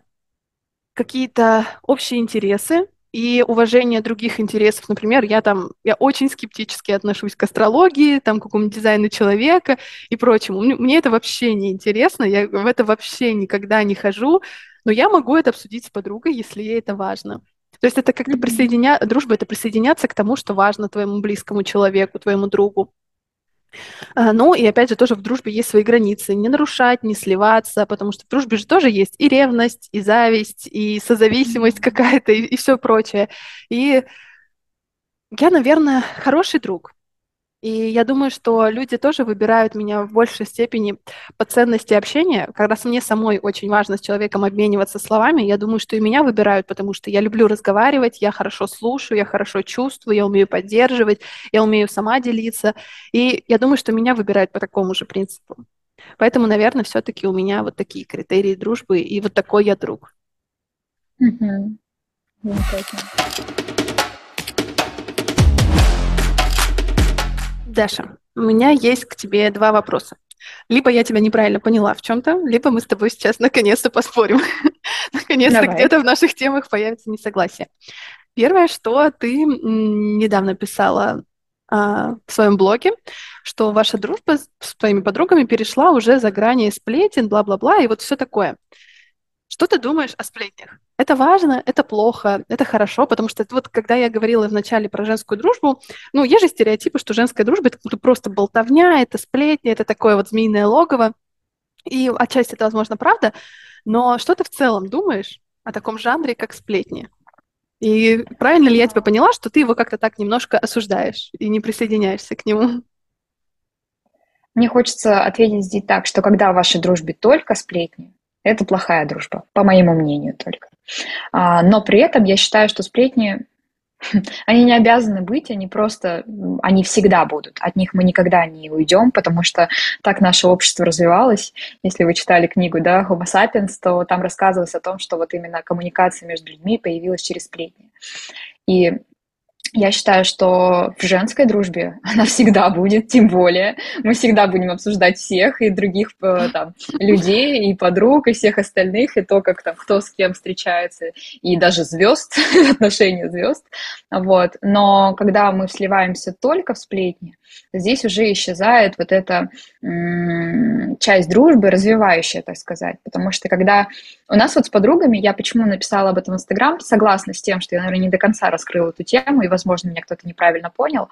B: какие-то общие интересы и уважение других интересов. Например, я там, я очень скептически отношусь к астрологии, там, к какому-нибудь дизайну человека и прочему. Мне, мне это вообще не интересно, я в это вообще никогда не хожу, но я могу это обсудить с подругой, если ей это важно. То есть это как-то
C: Мгм.
B: присоединя... дружба — это присоединяться к тому, что важно твоему близкому человеку, твоему другу. А, Ну, и опять же, тоже в дружбе есть свои границы. Не нарушать, не сливаться, потому что в дружбе же тоже есть и ревность, и зависть, и созависимость какая-то, и, все прочее. И я, наверное, хороший друг. И я думаю, что люди тоже выбирают меня в большей степени по ценности общения. Как раз мне самой очень важно с человеком обмениваться словами. Я думаю, что и меня выбирают, потому что я люблю разговаривать, я хорошо слушаю, я хорошо чувствую, я умею поддерживать, я умею сама делиться. И я думаю, что меня выбирают по такому же принципу. Поэтому, наверное, все-таки у меня вот такие критерии дружбы, и вот такой я друг.
C: Мгм. Замечательно.
B: Даша, у меня есть к тебе два вопроса. Либо я тебя неправильно поняла в чем-то, либо мы с тобой сейчас наконец-то поспорим. Наконец-то
C: Давай.
B: где-то в наших темах появится несогласие. Первое, что ты м, недавно писала а, в своем блоге, что ваша дружба с с твоими подругами перешла уже за грани сплетен, бла-бла-бла, и вот все такое. Что ты думаешь о сплетнях? Это важно, это плохо, это хорошо, потому что это вот когда я говорила вначале про женскую дружбу, ну, есть же стереотипы, что женская дружба — это как-то просто болтовня, это сплетни, это такое вот змеиное логово, и отчасти это, возможно, правда, но что ты в целом думаешь о таком жанре, как сплетни? И правильно ли я тебя поняла, что ты его как-то так немножко осуждаешь и не присоединяешься к нему?
C: Мне хочется ответить здесь так, что когда в вашей дружбе только сплетни, это плохая дружба, по моему мнению только. А, но при этом я считаю, что сплетни, они не обязаны быть, они просто, м, они всегда будут. От них мы никогда не уйдем, потому что так наше общество развивалось. Если вы читали книгу, да, Homo sapiens, то там рассказывалось о том, что вот именно коммуникация между людьми появилась через сплетни. И я считаю, что в женской дружбе она всегда будет, тем более мы всегда будем обсуждать всех и других э, там людей, и подруг, и всех остальных, и то, как там кто с кем встречается, и даже звезд, отношения звезд. Вот. Но когда мы сливаемся только в сплетни, здесь уже исчезает вот эта м, часть дружбы, развивающая, так сказать. Потому что когда у нас вот с подругами, я почему написала об этом в Инстаграм, согласна с тем, что я, наверное, не до конца раскрыла эту тему, и, возможно, меня кто-то неправильно понял,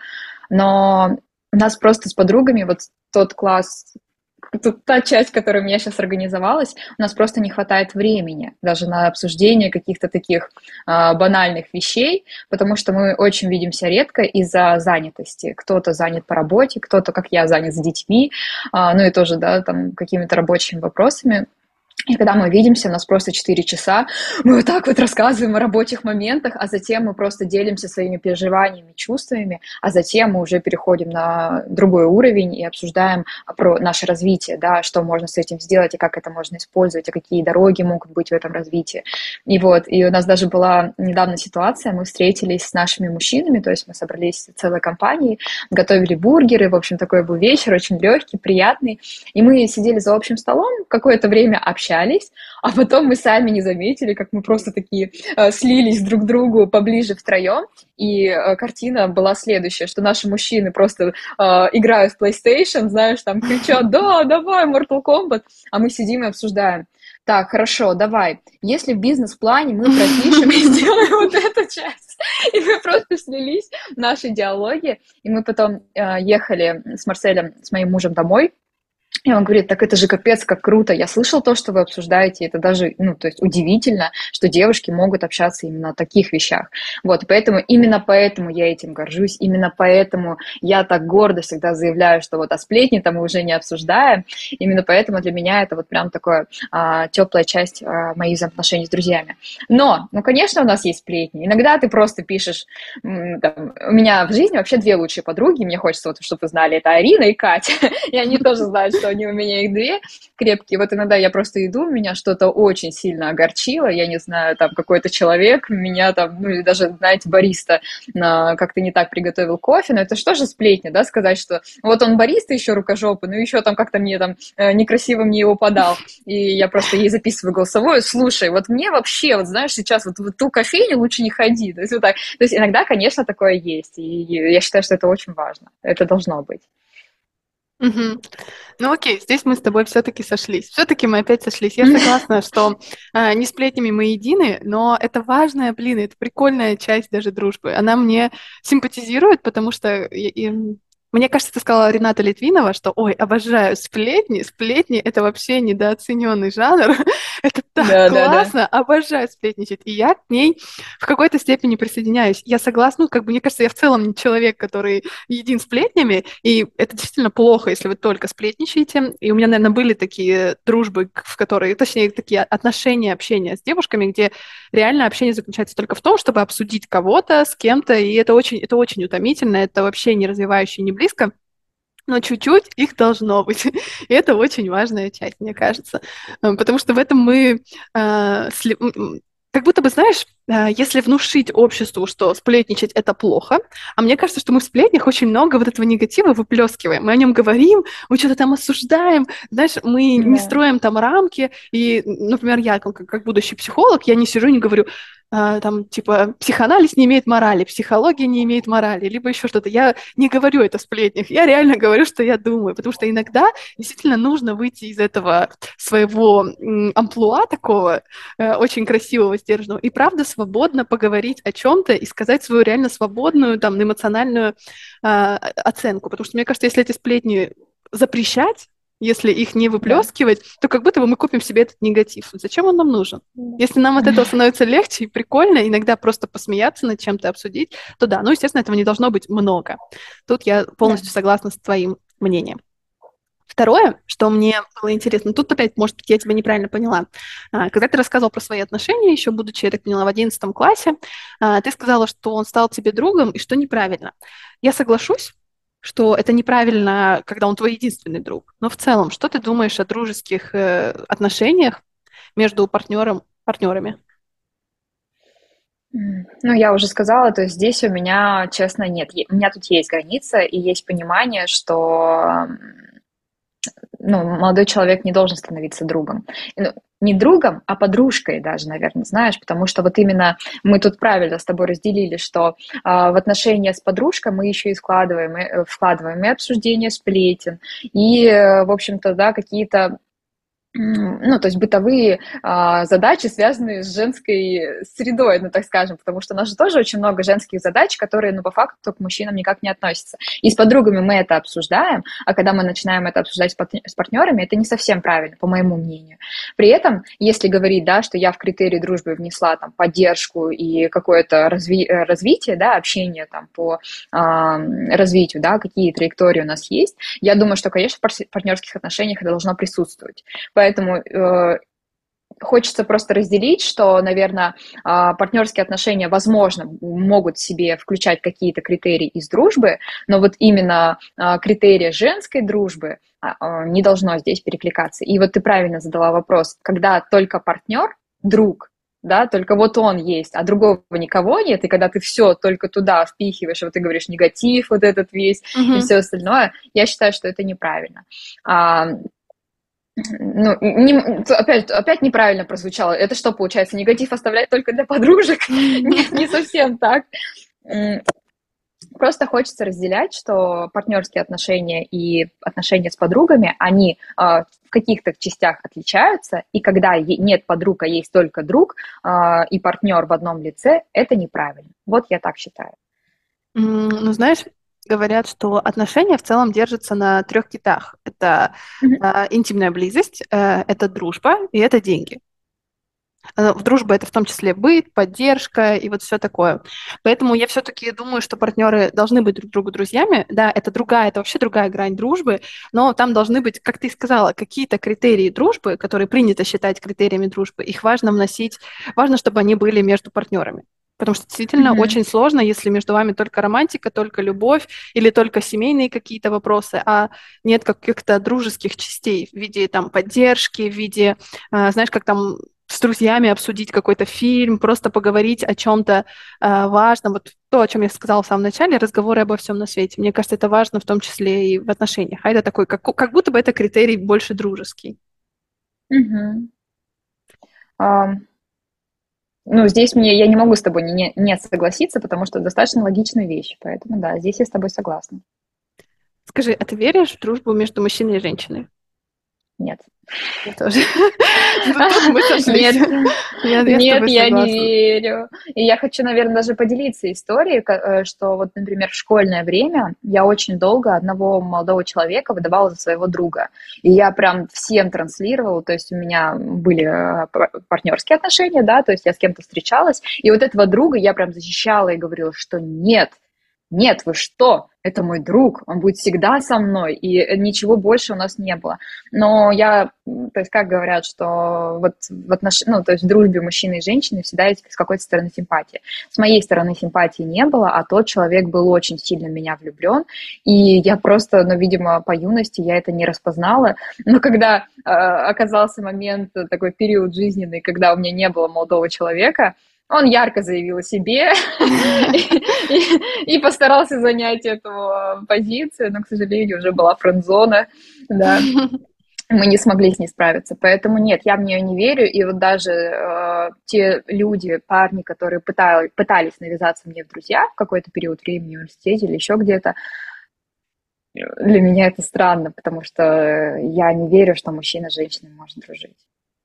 C: но у нас просто с подругами вот тот класс, тут та часть, которая у меня сейчас организовалась, у нас просто не хватает времени даже на обсуждение каких-то таких а, банальных вещей, потому что мы очень видимся редко из-за занятости. Кто-то занят по работе, кто-то, как я, занят с детьми, а, ну и тоже, да, там, какими-то рабочими вопросами. И когда мы видимся, у нас просто четыре часа, мы вот так вот рассказываем о рабочих моментах, а затем мы просто делимся своими переживаниями, чувствами, а затем мы уже переходим на другой уровень и обсуждаем про наше развитие, да, что можно с этим сделать и как это можно использовать, а какие дороги могут быть в этом развитии. И вот, и у нас даже была недавно ситуация, мы встретились с нашими мужчинами, то есть мы собрались целой компанией, готовили бургеры, в общем, такой был вечер, очень легкий, приятный, и мы сидели за общим столом, какое-то время общались, а потом мы сами не заметили, как мы просто такие э, слились друг к другу поближе втроем, и э, картина была следующая, что наши мужчины просто э, играют в PlayStation, знаешь, там кричат: да, давай, Mortal Kombat, а мы сидим и обсуждаем. Так, хорошо, давай, если в бизнес-плане мы пропишем и сделаем вот эту часть. И мы просто слились в наши диалоги, и мы потом э, ехали с Марселем, с моим мужем домой. И он говорит: так это же капец, как круто, я слышал то, что вы обсуждаете, это даже, ну, то есть удивительно, что девушки могут общаться именно о таких вещах. Вот, и поэтому, именно поэтому я этим горжусь, именно поэтому я так гордо всегда заявляю, что вот о сплетне-то мы уже не обсуждаем, именно поэтому для меня это вот прям такая а, теплая часть а, моих взаимоотношений с друзьями. Но, ну, конечно, у нас есть сплетни, иногда ты просто пишешь, м, там, у меня в жизни вообще две лучшие подруги, мне хочется, вот, чтобы вы знали, это Арина и Катя, и они тоже знают, что они у меня их две крепкие. Вот иногда я просто иду, меня что-то очень сильно огорчило, я не знаю, там какой-то человек меня там, ну или даже, знаете, бариста на, как-то не так приготовил кофе, но это что же сплетня, да, сказать, что вот он бариста еще рукожопый, ну еще там как-то мне там э, некрасиво мне его подал, и я просто ей записываю голосовое: слушай, вот мне вообще, вот знаешь, сейчас вот в ту кофейню лучше не ходи, то есть вот так. То есть иногда, конечно, такое есть, и я считаю, что это очень важно, это должно быть.
B: Мгм. Ну окей, здесь мы с тобой все-таки сошлись. Все-таки мы опять сошлись. Я согласна, что а, не сплетнями мы едины, но это важная, блин, это прикольная часть даже дружбы. Она мне симпатизирует, потому что и- и Мне кажется, ты сказала Рената Литвинова, что, ой, обожаю сплетни. Сплетни — это вообще недооцененный жанр. Это так
C: Да, да, да.
B: классно, обожаю сплетничать. И я к ней в какой-то степени присоединяюсь. Я согласна, ну, как бы, мне кажется, я в целом не человек, который един сплетнями, и это действительно плохо, если вы только сплетничаете. И у меня, наверное, были такие дружбы, в которые, точнее, такие отношения, общения с девушками, где реально общение заключается только в том, чтобы обсудить кого-то с кем-то, и это очень, это очень утомительно, это вообще не развивающе, не близко, но чуть-чуть их должно быть. И это очень важная часть, мне кажется. Э, Потому что в этом мы э, сли- м, м, как будто бы, знаешь, э, если внушить обществу, что сплетничать — это плохо, а мне кажется, что мы в сплетнях очень много вот этого негатива выплескиваем. Мы о нем говорим, мы что-то там осуждаем, знаешь, мы не
C: Да.
B: строим там рамки. И, например, я, как, как будущий психолог, я не сижу и не говорю, а, там, типа, психоанализ не имеет морали, психология не имеет морали, либо еще что-то. Я не говорю это в сплетнях, я реально говорю, что я думаю, потому что иногда действительно нужно выйти из этого своего м, амплуа такого, э, очень красивого, сдержанного, и правда свободно поговорить о чем-то и сказать свою реально свободную, там, эмоциональную а, оценку. Потому что, мне кажется, если эти сплетни запрещать, если их не
C: Да.
B: выплескивать, то как будто бы мы купим себе этот негатив. Зачем он нам нужен? Если нам от этого становится легче и прикольно, иногда просто посмеяться над чем-то, обсудить, то да, ну, естественно, этого не должно быть много. Тут я
C: Да.
B: полностью согласна с твоим мнением. Второе, что мне было интересно, тут опять, может быть, я тебя неправильно поняла. А, Когда ты рассказывал про свои отношения, еще будучи, я так поняла, в одиннадцатом классе, а, ты сказала, что он стал тебе другом и что неправильно. Я соглашусь, что это неправильно, когда он твой единственный друг. Но в целом, что ты думаешь о дружеских э, отношениях между партнером, партнерами?
C: М, Ну, я уже сказала, то есть здесь у меня, честно, нет. Е- У меня тут есть граница и есть понимание, что ну, молодой человек не должен становиться другом. Ну, не другом, а подружкой даже, наверное, знаешь, потому что вот именно мы тут правильно с тобой разделили, что а, в отношения с подружкой мы еще и складываем, и, э, вкладываем и обсуждение сплетен, и, э, в общем-то, да, какие-то М, ну, то есть бытовые а, задачи, связанные с женской средой, ну, так скажем, потому что у нас же тоже очень много женских задач, которые, ну, по факту к мужчинам никак не относятся. И с подругами мы это обсуждаем, а когда мы начинаем это обсуждать с партн- с партнерами, это не совсем правильно, по моему мнению. При этом, если говорить, да, что я в критерии дружбы внесла там поддержку и какое-то разви- э, развитие, да, общение там по а, развитию, да, какие траектории у нас есть, я думаю, что, конечно, в пар- партнерских отношениях это должно присутствовать. Поэтому э, хочется просто разделить, что, наверное, партнерские отношения, возможно, могут в себе включать какие-то критерии из дружбы, но вот именно а, критерии женской дружбы а, а, не должно здесь перекликаться. И вот ты правильно задала вопрос, когда только партнер, друг, да, только вот он есть, а другого никого нет, и когда ты все только туда впихиваешь, вот ты говоришь негатив вот этот весь и
B: Мгм.
C: все остальное, я считаю, что это неправильно. А, ну, не, опять, опять неправильно прозвучало. Это что, получается, негатив оставлять только для подружек? Нет, не совсем так. Просто хочется разделять, что партнерские отношения и отношения с подругами, они а, в каких-то частях отличаются, и когда е- нет подруг, а есть только друг а, и партнер в одном лице, это неправильно. Вот я так считаю.
B: М, Ну, знаешь, говорят, что отношения в целом держатся на трех китах. Это
C: Мгм.
B: а, интимная близость, э, это дружба и это деньги. Э, В дружбе это в том числе быт, поддержка и вот все такое. Поэтому я все-таки думаю, что партнеры должны быть друг другу друзьями. Да, это другая, это вообще другая грань дружбы, но там должны быть, как ты сказала, какие-то критерии дружбы, которые принято считать критериями дружбы. Их важно вносить, важно, чтобы они были между партнерами. Потому что действительно
C: Мгм.
B: очень сложно, если между вами только романтика, только любовь или только семейные какие-то вопросы, а нет каких-то дружеских частей в виде там поддержки, в виде, а, знаешь, как там с друзьями обсудить какой-то фильм, просто поговорить о чем-то а, важном. Вот то, о чем я сказала в самом начале, разговоры обо всем на свете. Мне кажется, это важно в том числе и в отношениях. А это такой, как, как будто бы это критерий больше дружеский.
C: Мгм. А, Ну, здесь мне я не могу с тобой не, не согласиться, потому что достаточно логичная вещь. Поэтому да, здесь я с тобой согласна.
B: Скажи, а ты веришь в дружбу между мужчиной и женщиной?
C: Нет.
B: Я тоже. Ну, тут мы сошлись.
C: Нет,
B: Я я с
C: нет,
B: тобой
C: я не
B: согласна.
C: верю. И я хочу, наверное, даже поделиться историей, ка- э, что вот, например, в школьное время я очень долго одного молодого человека выдавала за своего друга. И я прям всем транслировала, то есть у меня были э, пар- партнерские отношения, да, то есть я с кем-то встречалась, и вот этого друга я прям защищала и говорила, что нет, нет, вы что? Это мой друг, он будет всегда со мной, и э, ничего больше у нас не было. Но я, м, то есть, как говорят, что вот в отнош... ну, то есть в дружбе мужчины и женщины всегда есть с какой-то стороны симпатия. С моей стороны симпатии не было, а тот человек был очень сильно в меня влюблен, и я просто, ну, видимо, по юности я это не распознала. Но когда э, оказался момент, э, такой период жизненный, когда у меня не было молодого человека, он ярко заявил о себе и, и постарался занять эту э, позицию, но, к сожалению, уже была френд-зона, да, мы не смогли с ней справиться. Поэтому нет, я в нее не верю. И вот даже э, те люди, парни, которые пытали, пытались навязаться мне в друзья в какой-то период времени в университете или еще где-то, для меня это странно, потому что я не верю, что мужчина с женщиной может дружить.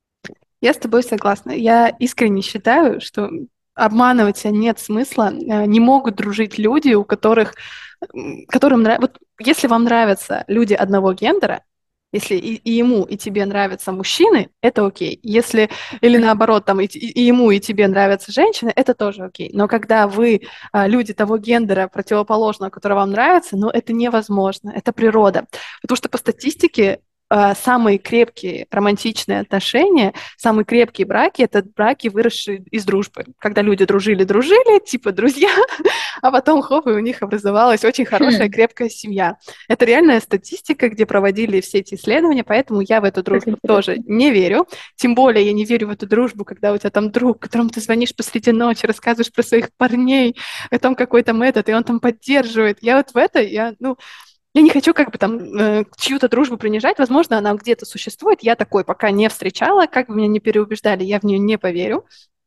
B: Я с тобой согласна. Я искренне считаю, что обманывать себя нет смысла. Э, Не могут дружить люди, у которых, м, которым нравится... Вот если вам нравятся люди одного гендера, если и, и ему, и тебе нравятся мужчины, это окей. Если, или наоборот, там, и, и ему, и тебе нравятся женщины, это тоже окей. Но когда вы а, люди того гендера противоположного, который вам нравится, ну, это невозможно, это природа. Потому что по статистике а, самые крепкие романтичные отношения, самые крепкие браки — это браки, выросшие из дружбы. Когда люди дружили-дружили, типа друзья, а потом, хоп, и у них образовалась очень хорошая,
C: Хм,
B: крепкая семья. Это реальная статистика, где проводили все эти исследования, поэтому я в эту
C: как
B: дружбу тоже
C: интересно.
B: не верю. Тем более я не верю в эту дружбу, когда у тебя там друг, которому ты звонишь посреди ночи, рассказываешь про своих парней, и там какой-то метод, и он там поддерживает. Я вот в это, я, ну, я не хочу как бы там э, чью-то дружбу принижать. Возможно, она где-то существует. Я такой пока не встречала. Как бы меня не переубеждали, я в нее не поверю.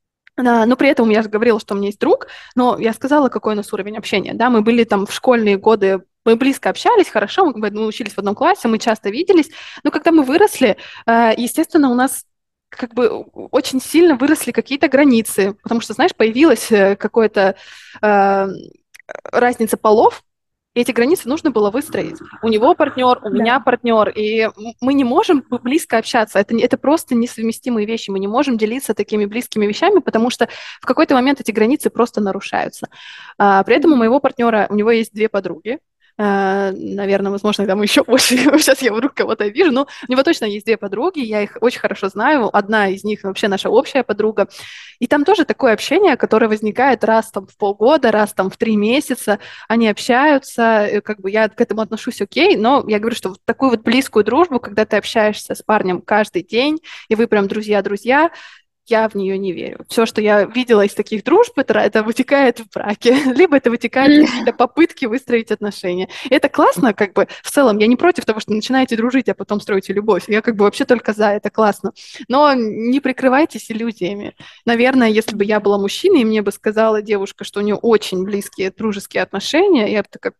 B: А, Но при этом я же говорила, что у меня есть друг, но я сказала, какой у нас уровень общения. Да, мы были там в школьные годы, мы близко общались, хорошо, мы, мы учились в одном классе, мы часто виделись. Но когда мы выросли, э, естественно, у нас как бы очень сильно выросли какие-то границы, потому что, знаешь, появилась э, какая-то э, разница полов, и эти границы нужно было выстроить. У него партнер, у
C: Да.
B: меня партнер, и мы не можем близко общаться. Это, не- это просто несовместимые вещи. Мы не можем делиться такими близкими вещами, потому что в какой-то момент эти границы просто нарушаются. А, при этом у моего партнера, у него есть две подруги. А, наверное, возможно, там еще больше. Сейчас я вдруг кого-то вижу. Но у него точно есть две подруги, я их очень хорошо знаю. Одна из них вообще наша общая подруга. И там тоже такое общение, которое возникает раз там в полгода, раз там в три месяца. Они общаются, э, как бы я к этому отношусь окей, но я говорю, что вот такую вот близкую дружбу, когда ты общаешься с парнем каждый день, и вы прям друзья-друзья, я в нее не верю. Все, что я видела из таких дружб, это, это вытекает в браке, либо это вытекает в какие-то попытки выстроить отношения. И это классно, как бы, в целом, я не против того, что начинаете дружить, а потом строите любовь. Я как бы вообще только за, это классно. Но не прикрывайтесь иллюзиями. Наверное, если бы я была мужчиной, и мне бы сказала девушка, что у нее очень близкие дружеские отношения, я бы такая,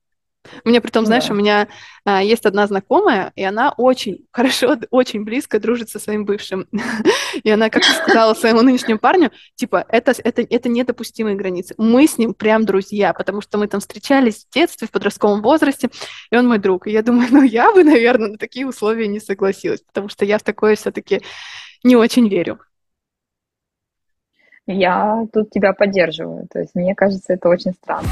B: мне при том, знаешь, у
C: Да.
B: меня а, есть одна знакомая, и она очень хорошо, очень близко дружит со своим бывшим. И она как-то сказала своему нынешнему парню, типа, это, это, это недопустимые границы. Мы с ним прям друзья, потому что мы там встречались в детстве, в подростковом возрасте, и он мой друг. И я думаю, ну я бы, наверное, на такие условия не согласилась, потому что я в такое все-таки не очень верю.
C: Я тут тебя поддерживаю. То есть мне кажется, это очень странно.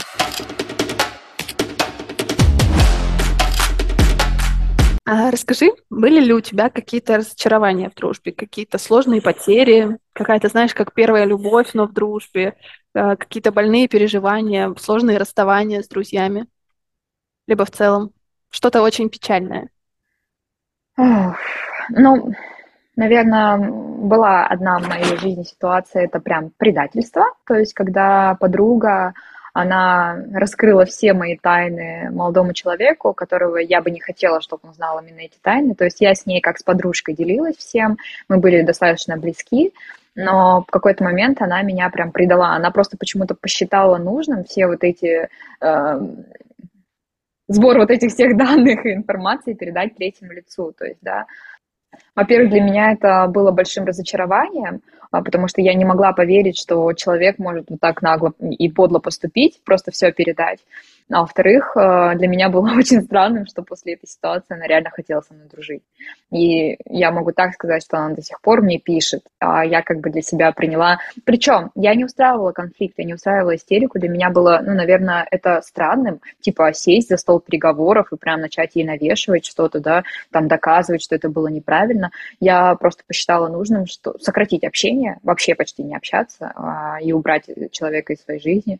B: А расскажи, были ли у тебя какие-то разочарования в дружбе, какие-то сложные потери, какая-то, знаешь, как первая любовь, но в дружбе, а, какие-то больные переживания, сложные расставания с друзьями, либо в целом что-то очень печальное?
C: Ох, ну, наверное, была одна в моей жизни ситуация, это прям предательство. То есть, когда подруга, она раскрыла все мои тайны молодому человеку, которого я бы не хотела, чтобы он знал именно эти тайны. То есть я с ней как с подружкой делилась всем, мы были достаточно близки, но в какой-то момент она меня прям предала. Она просто почему-то посчитала нужным все вот эти э, сбор вот этих всех данных и информации передать третьему лицу. То есть, да, во-первых, для меня это было большим разочарованием, а, потому что я не могла поверить, что человек может вот так нагло и подло поступить, просто все передать. А во-вторых, э, для меня было очень странным, что после этой ситуации она реально хотела со мной дружить. И я могу так сказать, что она до сих пор мне пишет, а я как бы для себя приняла. Причем я не устраивала конфликт, я не устраивала истерику. Для меня было, ну, наверное, это странным, типа сесть за стол переговоров и прям начать ей навешивать что-то, да, там доказывать, что это было неправильно. Я просто посчитала нужным, что сократить общение, вообще почти не общаться, а, и убрать человека из своей жизни.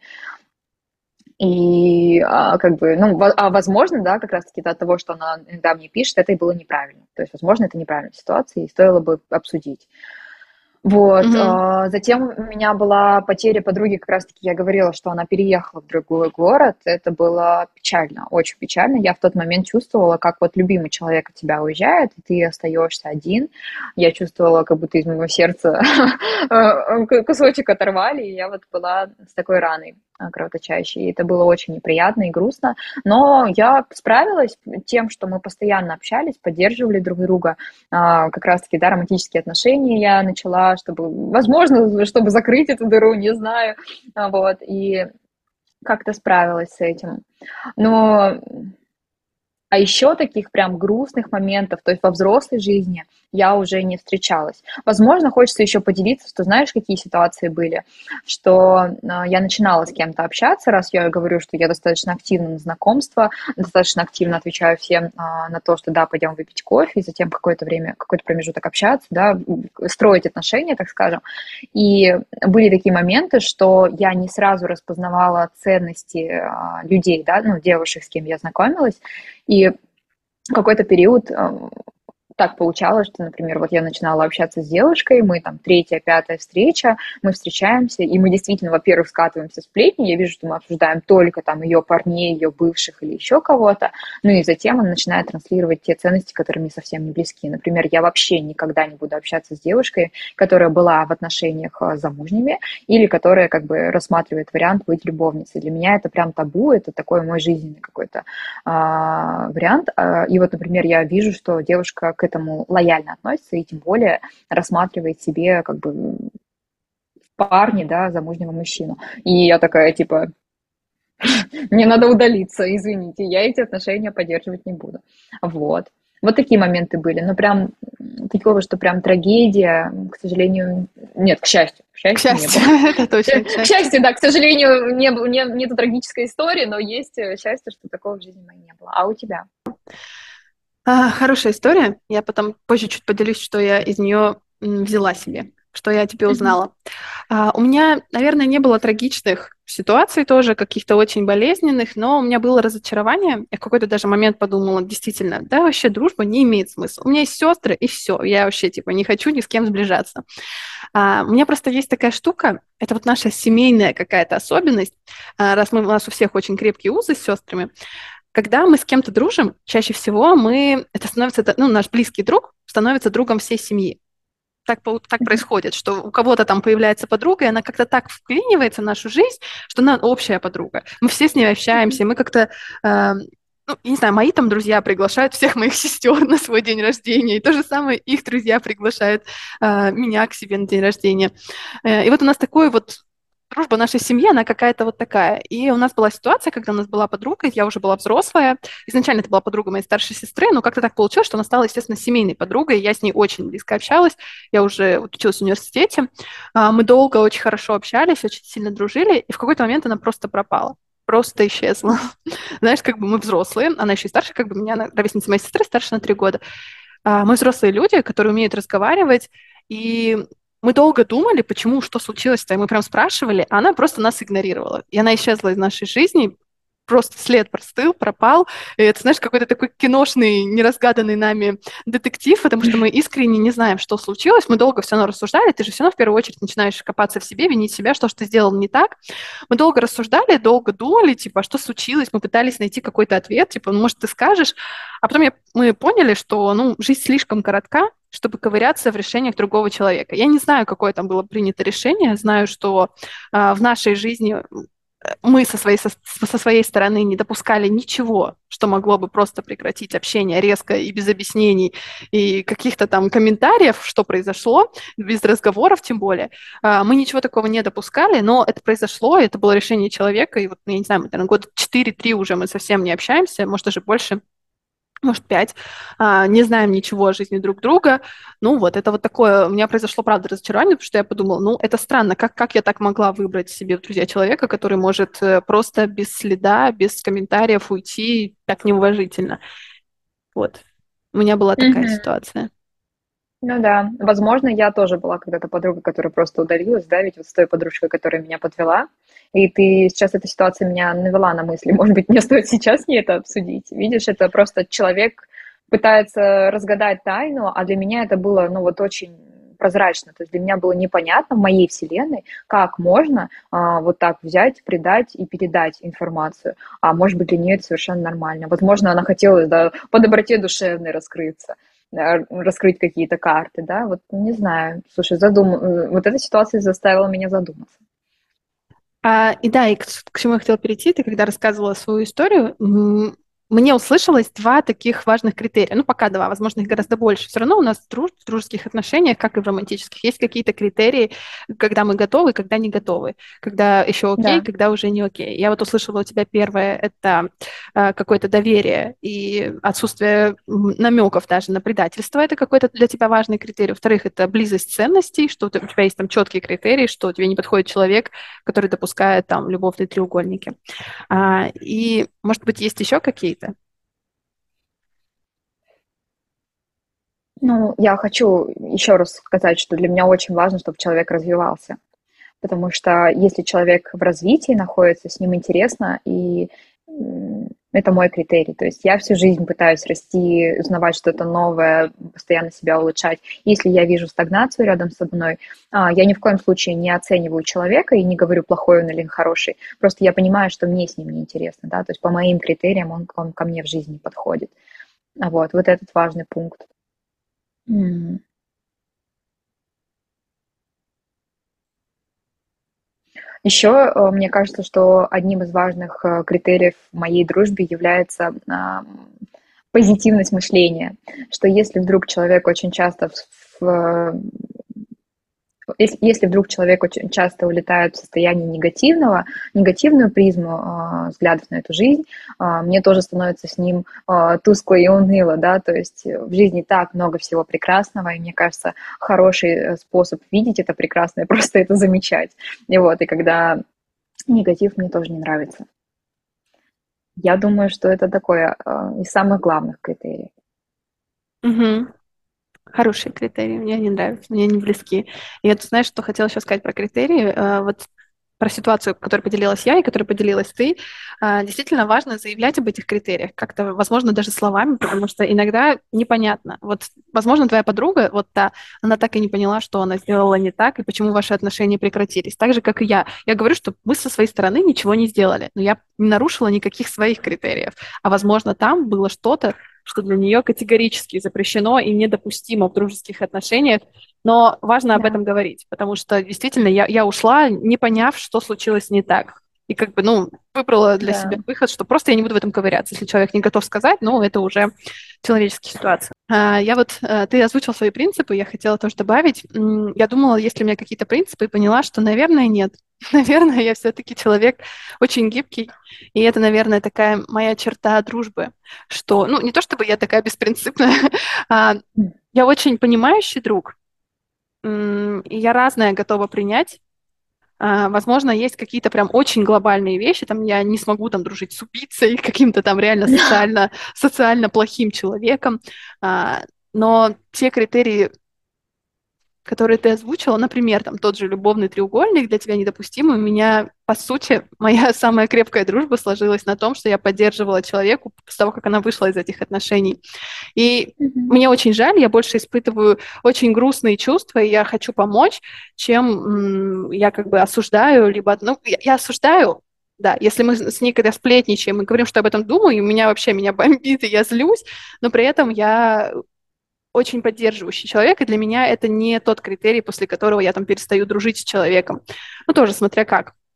C: И а, как бы, ну, а возможно, да, как раз-таки от того, что она иногда мне пишет, это и было неправильно. То есть, возможно, это неправильная ситуация, и стоило бы обсудить. Вот.
B: Мгм.
C: а, Затем у меня была потеря подруги, как раз-таки я говорила, что она переехала в другой город. Это было печально, очень печально. Я в тот момент чувствовала, как вот любимый человек от тебя уезжает, и ты остаешься один. Я чувствовала, как будто из моего сердца кусочек оторвали, и я вот была с такой раной а, кровоточащей. И это было очень неприятно и грустно. Но я справилась тем, что мы постоянно общались, поддерживали друг друга. А, как раз-таки, да, романтические отношения я начала, чтобы, возможно, чтобы закрыть эту дыру, не знаю, А, вот, и как-то справилась с этим. Но а еще таких прям грустных моментов, то есть во взрослой жизни я уже не встречалась. Возможно, хочется еще поделиться, что знаешь, какие ситуации были, что э, я начинала с кем-то общаться, раз я говорю, что я достаточно активна на знакомство, достаточно активно отвечаю всем э, на то, что да, пойдем выпить кофе, и затем какое-то время, какой-то промежуток общаться, да, строить отношения, так скажем. И были такие моменты, что я не сразу распознавала ценности э, людей, да, ну, девушек, с кем я знакомилась, и какой-то период э, так получалось, что, например, вот я начинала общаться с девушкой, мы там третья, пятая встреча, мы встречаемся, и мы действительно, во-первых, скатываемся в сплетни, я вижу, что мы обсуждаем только там ее парней, ее бывших или еще кого-то, ну и затем она начинает транслировать те ценности, которые мне совсем не близки. Например, я вообще никогда не буду общаться с девушкой, которая была в отношениях э, замужними, или которая как бы рассматривает вариант быть любовницей. Для меня это прям табу, это такой мой жизненный какой-то а, вариант. А, И вот, например, я вижу, что девушка к этому лояльно относится и тем более рассматривает себе как бы в парне, да, замужнего мужчину. И я такая, типа, мне надо удалиться, извините, я эти отношения поддерживать не буду. Вот. Вот такие моменты были. Но прям м, такого, что прям трагедия, к сожалению, нет, к счастью, к
B: К
C: счастью, не
B: счастью,
C: было.
B: это точно, к
C: К
B: счастью.
C: счастью, да, к сожалению, не, было- не, нету трагической истории, но есть э, счастье, что такого в жизни моей не было. А у тебя?
B: А, хорошая история. Я потом позже чуть поделюсь, что я из нее м, взяла себе, что я тебе
C: Мгм.
B: узнала. А, у меня, наверное, не было трагичных ситуаций тоже, каких-то очень болезненных, но у меня было разочарование. Я в какой-то даже момент подумала, действительно, да, вообще дружба не имеет смысла. У меня есть сестры, и все. Я вообще, типа, не хочу ни с кем сближаться. А, у меня просто есть такая штука, это вот наша семейная какая-то особенность, а, раз мы, у нас у всех очень крепкие узы с сестрами, когда мы с кем-то дружим, чаще всего мы, это становится, это, ну, наш близкий друг становится другом всей семьи. Так, пол- так
C: Мгм.
B: происходит, что у кого-то там появляется подруга, и она как-то так вклинивается в нашу жизнь, что она общая подруга. Мы все с ней общаемся, и мы как-то, э, ну, я не знаю, мои там друзья приглашают всех моих сестер на свой день рождения, и то же самое их друзья приглашают э, меня к себе на день рождения. Э, и вот у нас такой вот дружба нашей семьи, она какая-то вот такая. И у нас была ситуация, когда у нас была подруга, я уже была взрослая. Изначально это была подруга моей старшей сестры, но как-то так получилось, что она стала, естественно, семейной подругой. Я с ней очень близко общалась. Я уже вот училась в университете. А, Мы долго очень хорошо общались, очень сильно дружили, и в какой-то момент она просто пропала. Просто исчезла. Знаешь, как бы мы взрослые, она еще и старше, как бы меня, она ровесница моей сестры, старше на три года. А, Мы взрослые люди, которые умеют разговаривать, и мы долго думали, почему, что случилось-то, и мы прям спрашивали, а она просто нас игнорировала. И она исчезла из нашей жизни, просто след простыл, пропал. И это, знаешь, какой-то такой киношный, неразгаданный нами детектив, потому что мы искренне не знаем, что случилось. Мы долго все равно рассуждали. Ты же все равно в первую очередь начинаешь копаться в себе, винить себя, что ж ты сделал не так. Мы долго рассуждали, долго думали, типа, а что случилось? Мы пытались найти какой-то ответ, типа, ну, может, ты скажешь. А потом я, мы поняли, что, ну, жизнь слишком коротка, чтобы ковыряться в решениях другого человека. Я не знаю, какое там было принято решение, знаю, что а, в нашей жизни мы со своей, со, со своей стороны не допускали ничего, что могло бы просто прекратить общение резко и без объяснений, и каких-то там комментариев, что произошло, без разговоров тем более. А, мы ничего такого не допускали, но это произошло, это было решение человека, и вот, я не знаю, мы, наверное, года четыре-три уже мы совсем не общаемся, может, даже больше, может, пять, а, не знаем ничего о жизни друг друга. Ну вот, это вот такое, у меня произошло, правда, разочарование, потому что я подумала, ну, это странно, как, как я так могла выбрать себе в друзья человека, который может э, просто без следа, без комментариев уйти так неуважительно. Вот, у меня была такая
C: Мгм.
B: ситуация.
C: Ну да, возможно, я тоже была когда-то подруга, которая просто удалилась, да, ведь вот с той подружкой, которая меня подвела. И ты сейчас, эта ситуация меня навела на мысли, может быть, мне стоит сейчас не это обсудить. Видишь, это просто человек пытается разгадать тайну, а для меня это было, ну, вот очень прозрачно. То есть для меня было непонятно в моей вселенной, как можно а, вот так взять, предать и передать информацию. А может быть, для нее это совершенно нормально. Возможно, она хотела, да, по доброте душевной раскрыться, а, раскрыть какие-то карты, да, вот не знаю. Слушай, задум... э, вот эта ситуация заставила меня задуматься.
B: А, и да, и к, к чему я хотела перейти, ты когда рассказывала свою историю, м, мне услышалось два таких важных критерия. Ну, пока два, возможно, их гораздо больше. Все равно у нас в, друж- в дружеских отношениях, как и в романтических, есть какие-то критерии, когда мы готовы, когда не готовы, когда еще окей,
C: Да.
B: когда уже не окей. Я вот услышала у тебя первое, это а, какое-то доверие и отсутствие м, намеков даже на предательство. Это какой-то для тебя важный критерий. Во-вторых, это близость ценностей, что у тебя у тебя есть там четкие критерии, что тебе не подходит человек, который допускает там любовные треугольники. А, и, может быть, есть еще какие-то?
C: Ну, я хочу еще раз сказать, что для меня очень важно, чтобы человек развивался. Потому что если человек в развитии находится, с ним интересно, и м, это мой критерий. То есть я всю жизнь пытаюсь расти, узнавать что-то новое, постоянно себя улучшать. Если я вижу стагнацию рядом со мной, а, я ни в коем случае не оцениваю человека и не говорю, плохой он или хороший. Просто я понимаю, что мне с ним неинтересно. Да? То есть по моим критериям он, он ко мне в жизни подходит. А Вот, вот этот важный пункт. М. Еще, э, мне кажется, что одним из важных э, критериев в моей дружбе является ам, позитивность мышления. Что если вдруг человек очень часто в, в- если, если вдруг человек очень часто улетает в состояние негативного, негативную призму а, взглядов на эту жизнь, а, мне тоже становится с ним а, тускло и уныло, да, то есть в жизни так много всего прекрасного, и мне кажется, хороший э, способ видеть это прекрасное, просто это замечать. И вот, и когда негатив мне тоже не нравится. Я думаю, что это такое а, из самых главных критериев.
B: Мгм. Хорошие критерии, мне не нравятся, мне не близки. И это, знаешь, что хотела еще сказать про критерии? Э, Вот про ситуацию, которой поделилась я и которой поделилась ты, а, действительно важно заявлять об этих критериях, как-то, возможно, даже словами, потому что иногда непонятно. Вот, возможно, твоя подруга, вот та, она так и не поняла, что она сделала не так, и почему ваши отношения прекратились. Так же, как и я. Я говорю, что мы со своей стороны ничего не сделали, но я не нарушила никаких своих критериев. А, возможно, там было что-то, что для нее категорически запрещено и недопустимо в дружеских отношениях, но важно об
C: Да,
B: этом говорить, потому что действительно я, я ушла, не поняв, что случилось не так. И как бы, ну, выбрала для
C: да.
B: себя выход, что просто я не буду в этом ковыряться. Если человек не готов сказать, ну, это уже человеческая ситуация. А, Я вот, э, ты озвучил свои принципы, я хотела тоже добавить. М, Я думала, есть ли у меня какие-то принципы, и поняла, что, наверное, нет. Наверное, я все-таки человек очень гибкий, и это, наверное, такая моя черта дружбы, что, ну, не то чтобы я такая беспринципная, а
C: М.
B: я очень понимающий друг, М, и я разное готова принять. А, Возможно, есть какие-то прям очень глобальные вещи, там я не смогу там дружить с убийцей, каким-то там реально социально, социально плохим человеком, А, но те критерии, которые ты озвучила, например, там тот же любовный треугольник для тебя недопустимый, у меня, по сути, моя самая крепкая дружба сложилась на том, что я поддерживала человеку после того, как она вышла из этих отношений. И
C: Мгм.
B: мне очень жаль, я больше испытываю очень грустные чувства, и я хочу помочь, чем м, я как бы осуждаю, либо, ну, я, я осуждаю, да, если мы с ней когда сплетничаем и говорим, что об этом думаю, и у меня вообще меня бомбит, и я злюсь, но при этом я очень поддерживающий человек, и для меня это не тот критерий, после которого я там перестаю дружить с человеком. Ну, тоже смотря как.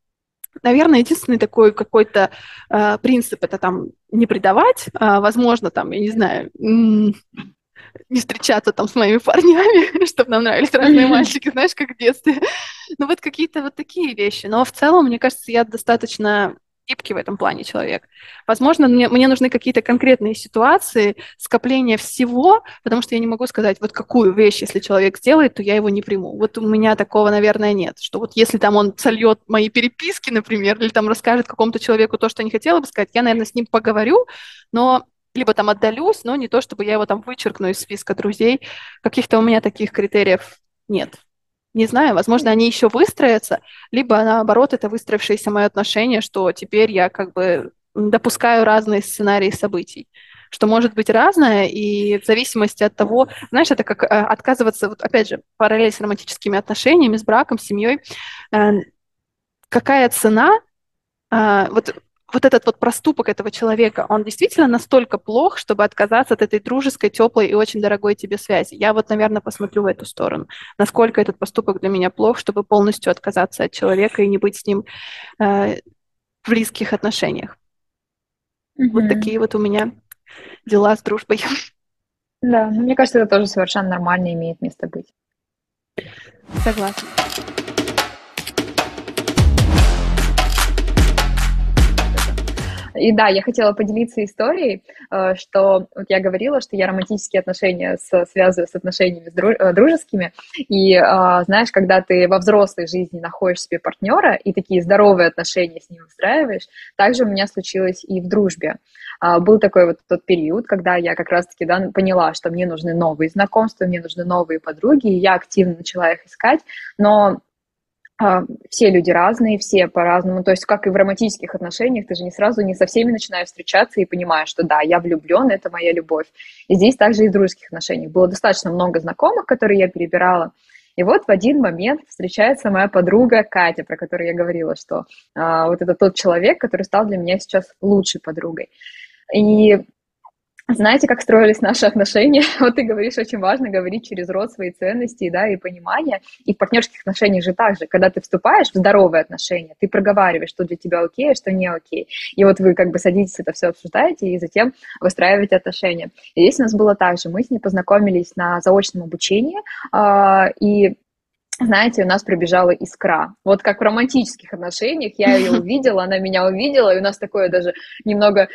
B: Наверное, единственный такой какой-то э, принцип — это там не предавать, а, возможно, там, я не знаю, м, не встречаться там с моими парнями, чтобы нам нравились разные мальчики, знаешь, как в детстве. Ну вот какие-то вот такие вещи. Но в целом, мне кажется, я достаточно гибкий в этом плане человек. Возможно, мне, мне нужны какие-то конкретные ситуации, скопление всего, потому что я не могу сказать, вот какую вещь, если человек сделает, то я его не приму. Вот у меня такого, наверное, нет. Что вот если там он сольет мои переписки, например, или там расскажет какому-то человеку то, что я не хотела бы сказать, я, наверное, с ним поговорю, но либо там отдалюсь, но не то, чтобы я его там вычеркну из списка друзей. Каких-то у меня таких критериев нет. Не знаю, возможно, они еще выстроятся, либо наоборот, это выстроившееся мое отношение, что теперь я как бы допускаю разные сценарии событий, что может быть разное, и в зависимости от того, знаешь, это как э, отказываться, вот опять же, параллель с романтическими отношениями, с браком, с семьей, э, какая цена, э, вот вот этот вот проступок этого человека, он действительно настолько плох, чтобы отказаться от этой дружеской, теплой и очень дорогой тебе связи. Я вот, наверное, посмотрю в эту сторону. Насколько этот поступок для меня плох, чтобы полностью отказаться от человека и не быть с ним э, в близких отношениях. Вот
C: Мгм.
B: такие вот у меня дела с дружбой.
C: Да, ну, мне кажется, это тоже совершенно нормально, имеет место быть.
B: Согласна.
C: И да, я хотела поделиться историей, э, что вот я говорила, что я романтические отношения с- связываю с отношениями с дру- э, дружескими. И а, знаешь, когда ты во взрослой жизни находишь себе партнера и такие здоровые отношения с ним устраиваешь, также у меня случилось и в дружбе. А, Был такой вот тот период, когда я как раз-таки, да, поняла, что мне нужны новые знакомства, мне нужны новые подруги, и я активно начала их искать, но а, все люди разные, все по-разному. То есть, как и в романтических отношениях, ты же не сразу не со всеми начинаешь встречаться и понимаешь, что да, я влюблен, это моя любовь. И здесь также и в дружеских отношениях. Было достаточно много знакомых, которые я перебирала. И вот в один момент встречается моя подруга Катя, про которую я говорила, что а, вот это тот человек, который стал для меня сейчас лучшей подругой. И знаете, как строились наши отношения? Вот ты говоришь, очень важно говорить через рот свои ценности, да, и понимание. И в партнерских отношениях же так же. Когда ты вступаешь в здоровые отношения, ты проговариваешь, что для тебя окей, а что не окей. И вот вы как бы садитесь, это все обсуждаете, и затем выстраиваете отношения. И здесь у нас было так же. Мы с ней познакомились на заочном обучении, а, и знаете, у нас пробежала искра. Вот как в романтических отношениях, я ее увидела, она меня увидела, и у нас такое даже немного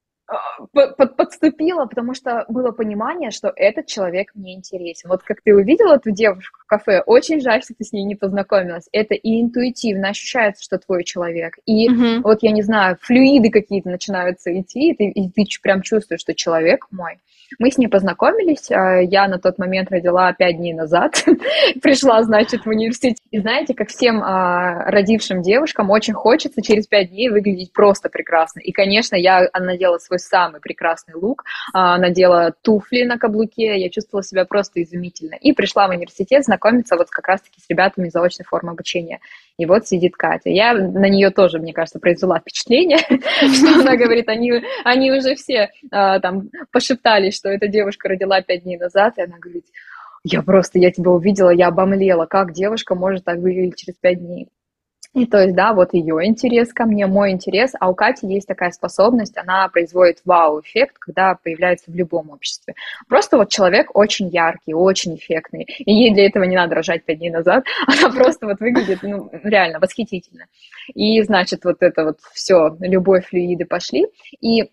C: под, подступила, потому что было понимание, что этот человек мне интересен. Вот как ты увидела эту девушку в кафе, очень жаль, что ты с ней не познакомилась. Это и интуитивно ощущается, что твой человек. И
B: Мгм.
C: вот, я не знаю, флюиды какие-то начинаются идти, и ты, и ты прям чувствуешь, что человек мой. Мы с ней познакомились, а, я на тот момент родила пять дней назад, пришла, значит, в университет. И знаете, как всем а, родившим девушкам очень хочется через пять дней выглядеть просто прекрасно. И, конечно, я надела свой самый прекрасный лук, а, надела туфли на каблуке, я чувствовала себя просто изумительно. И пришла в университет знакомиться вот как раз-таки с ребятами из заочной формы обучения. И вот сидит Катя. Я на нее тоже, мне кажется, произвела впечатление, что она говорит, они, они уже все а, там пошептались, что эта девушка родила пять дней назад, и она говорит, я просто, я тебя увидела, я обомлела, как девушка может так выглядеть через пять дней. И то есть, да, вот ее интерес ко мне, мой интерес, а у Кати есть такая способность, она производит вау-эффект, когда появляется в любом обществе. Просто вот человек очень яркий, очень эффектный, и ей для этого не надо рожать пять дней назад, она просто вот выглядит, ну, реально восхитительно. И, значит, вот это вот все, любовь, флюиды пошли, и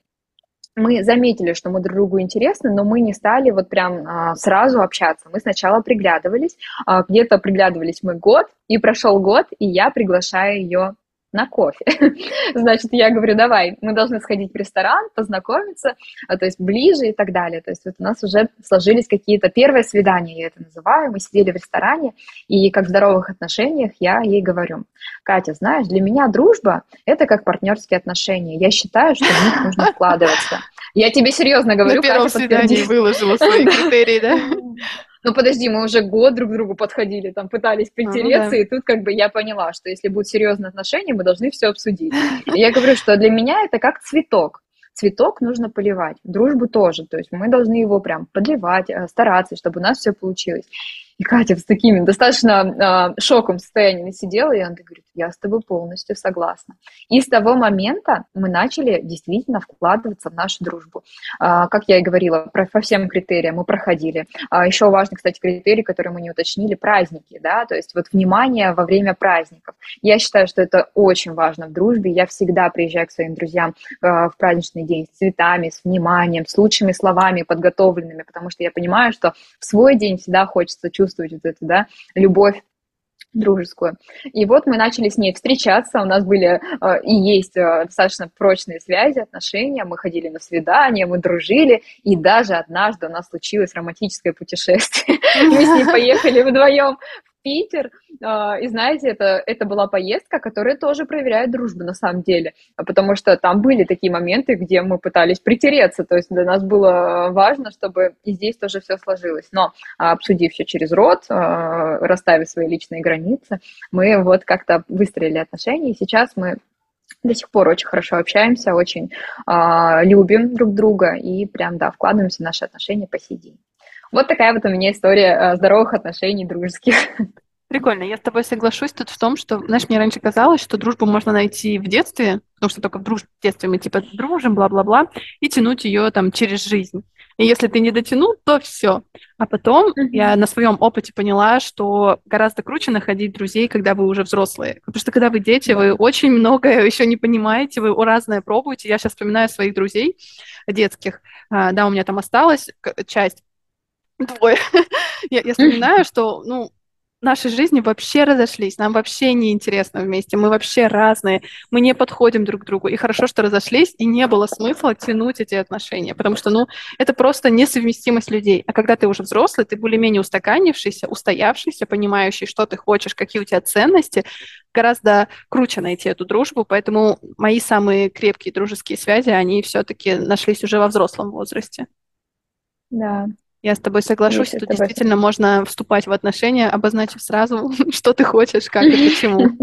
C: мы заметили, что мы друг другу интересны, но мы не стали вот прям а, сразу общаться. Мы сначала приглядывались, а, где-то приглядывались мы год, и прошел год, и я приглашаю ее на кофе. Значит, я говорю, давай, мы должны сходить в ресторан, познакомиться, а, то есть ближе и так далее. То есть вот у нас уже сложились какие-то первые свидания, я это называю. Мы сидели в ресторане, и как в здоровых отношениях я ей говорю, Катя, знаешь, для меня дружба – это как партнерские отношения. Я считаю, что в них нужно вкладываться. Я тебе серьезно
B: На
C: говорю,
B: первом
C: Катя,
B: свидании
C: подтверди.
B: выложила свои критерии, да?
C: Ну, подожди, мы уже год друг к другу подходили, там пытались
B: А, ну да.
C: притереться, и тут как бы я поняла, что если будут серьезные отношения, мы должны все обсудить. И я говорю, что для меня это как цветок. Цветок нужно поливать, дружбу тоже, то есть мы должны его прям подливать, э, стараться, чтобы у нас все получилось. И Катя с таким достаточно э, шоком состоянием сидела, и она говорит, я с тобой полностью согласна. И с того момента мы начали действительно вкладываться в нашу дружбу. А, как я и говорила, про, по всем критериям мы проходили. А, еще важный, кстати, критерий, который мы не уточнили, праздники, да, то есть вот внимание во время праздников. Я считаю, что это очень важно в дружбе. Я всегда приезжаю к своим друзьям э, в праздничный день с цветами, с вниманием, с лучшими словами, подготовленными, потому что я понимаю, что в свой день всегда хочется чувствовать вот эту, да, любовь дружескую. И вот мы начали с ней встречаться, у нас были э, и есть э, достаточно прочные связи, отношения, мы ходили на свидания, мы дружили, и даже однажды у нас случилось романтическое путешествие. Мы с ней поехали вдвоем в Питер, э, и знаете, это, это была поездка, которая тоже проверяет дружбу на самом деле, потому что там были такие моменты, где мы пытались притереться, то есть для нас было важно, чтобы и здесь тоже все сложилось, но обсудив все через рот, э, расставив свои личные границы, мы вот как-то выстроили отношения, и сейчас мы до сих пор очень хорошо общаемся, очень э, любим друг друга и прям, да, вкладываемся в наши отношения по сей день. Вот такая вот у меня история э, здоровых отношений дружеских.
B: Прикольно. Я с тобой соглашусь тут в том, что, знаешь, мне раньше казалось, что дружбу можно найти в детстве, потому что только в, друж... в детстве мы типа дружим, бла-бла-бла, и тянуть ее там через жизнь. И если ты не дотянул, то все. А потом mm-hmm. я на своем опыте поняла, что гораздо круче находить друзей, когда вы уже взрослые. Потому что когда вы дети, вы очень многое еще не понимаете, вы разное пробуете. Я сейчас вспоминаю своих друзей детских. А, да, у меня там осталась часть, двое. я, я вспоминаю, что, ну, наши жизни вообще разошлись, нам вообще не интересно вместе, мы вообще разные, мы не подходим друг к другу, и хорошо, что разошлись, и не было смысла тянуть эти отношения, потому что, ну, это просто несовместимость людей, а когда ты уже взрослый, ты более-менее устаканившийся, устоявшийся, понимающий, что ты хочешь, какие у тебя ценности, гораздо круче найти эту дружбу, поэтому мои самые крепкие дружеские связи, они все-таки нашлись уже во взрослом возрасте.
C: Да.
B: Я с тобой соглашусь,
C: Если
B: тут
C: тобой...
B: действительно можно вступать в отношения, обозначив сразу, что ты хочешь, как и почему.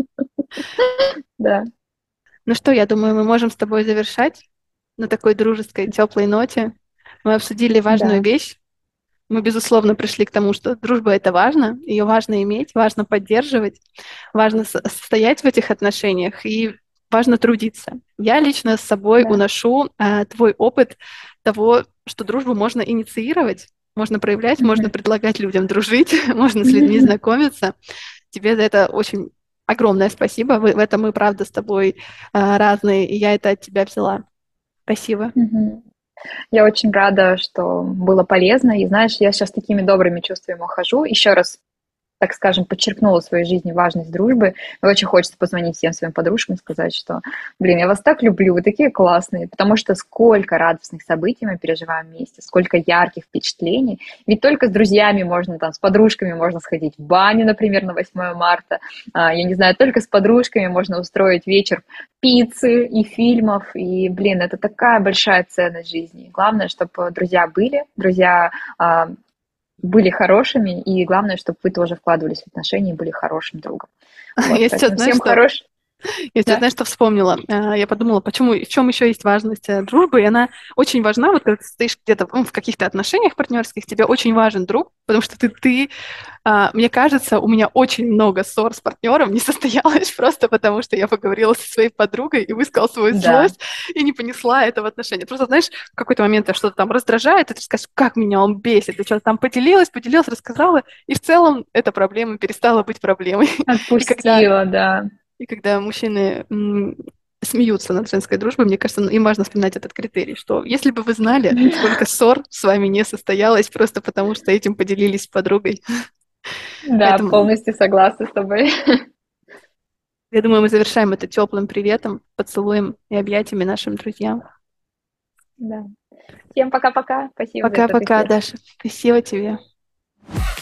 C: Да.
B: Ну что, я думаю, мы можем с тобой завершать на такой дружеской, теплой ноте. Мы обсудили важную
C: Да.
B: вещь. Мы, безусловно, пришли к тому, что дружба — это важно, ее важно иметь, важно поддерживать, важно состоять в этих отношениях и важно трудиться. Я лично с собой
C: Да.
B: уношу а, твой опыт того, что дружбу можно инициировать, можно проявлять, mm-hmm. можно предлагать людям дружить, можно с людьми знакомиться. Тебе за это очень огромное спасибо. В, в этом мы, правда, с тобой а, разные, и я это от тебя взяла. Спасибо.
C: Mm-hmm. Я очень рада, что было полезно. И знаешь, я сейчас такими добрыми чувствами ухожу. Еще раз, так скажем, подчеркнула в своей жизни важность дружбы. Мне очень хочется позвонить всем своим подружкам и сказать, что, блин, я вас так люблю, вы такие классные, потому что сколько радостных событий мы переживаем вместе, сколько ярких впечатлений. Ведь только с друзьями можно, там, с подружками можно сходить в баню, например, на восьмое марта. Я не знаю, только с подружками можно устроить вечер пиццы и фильмов. И, блин, это такая большая ценность жизни. Главное, чтобы друзья были, друзья были хорошими, и главное, чтобы вы тоже вкладывались в отношения и были хорошим другом. Вот,
B: Есть одно,
C: всем
B: что...
C: хорош...
B: Я да? знаешь, что вспомнила? Я подумала, почему, в чем еще есть важность дружбы, и она очень важна, вот когда ты стоишь где-то ну, в каких-то отношениях партнерских, тебе очень важен друг, потому что ты, ты а, мне кажется, у меня очень много ссор с партнером не состоялось просто потому, что я поговорила со своей подругой и высказала свою да. злость, и не понесла это в отношения. Просто, знаешь, в какой-то момент я что-то там раздражает, и ты скажешь, как меня он бесит, ты что-то там поделилась, поделилась, рассказала, и в целом эта проблема перестала быть проблемой.
C: Отпустила, да.
B: И когда мужчины м, смеются над женской дружбой, мне кажется, им важно вспоминать этот критерий, что если бы вы знали, сколько ссор с вами не состоялось, просто потому что этим поделились с подругой.
C: Да, Поэтому... полностью согласна с тобой.
B: Я думаю, мы завершаем это теплым приветом, поцелуем и объятиями нашим друзьям.
C: Да. Всем пока-пока. Спасибо.
B: Пока-пока, Даша. Спасибо тебе.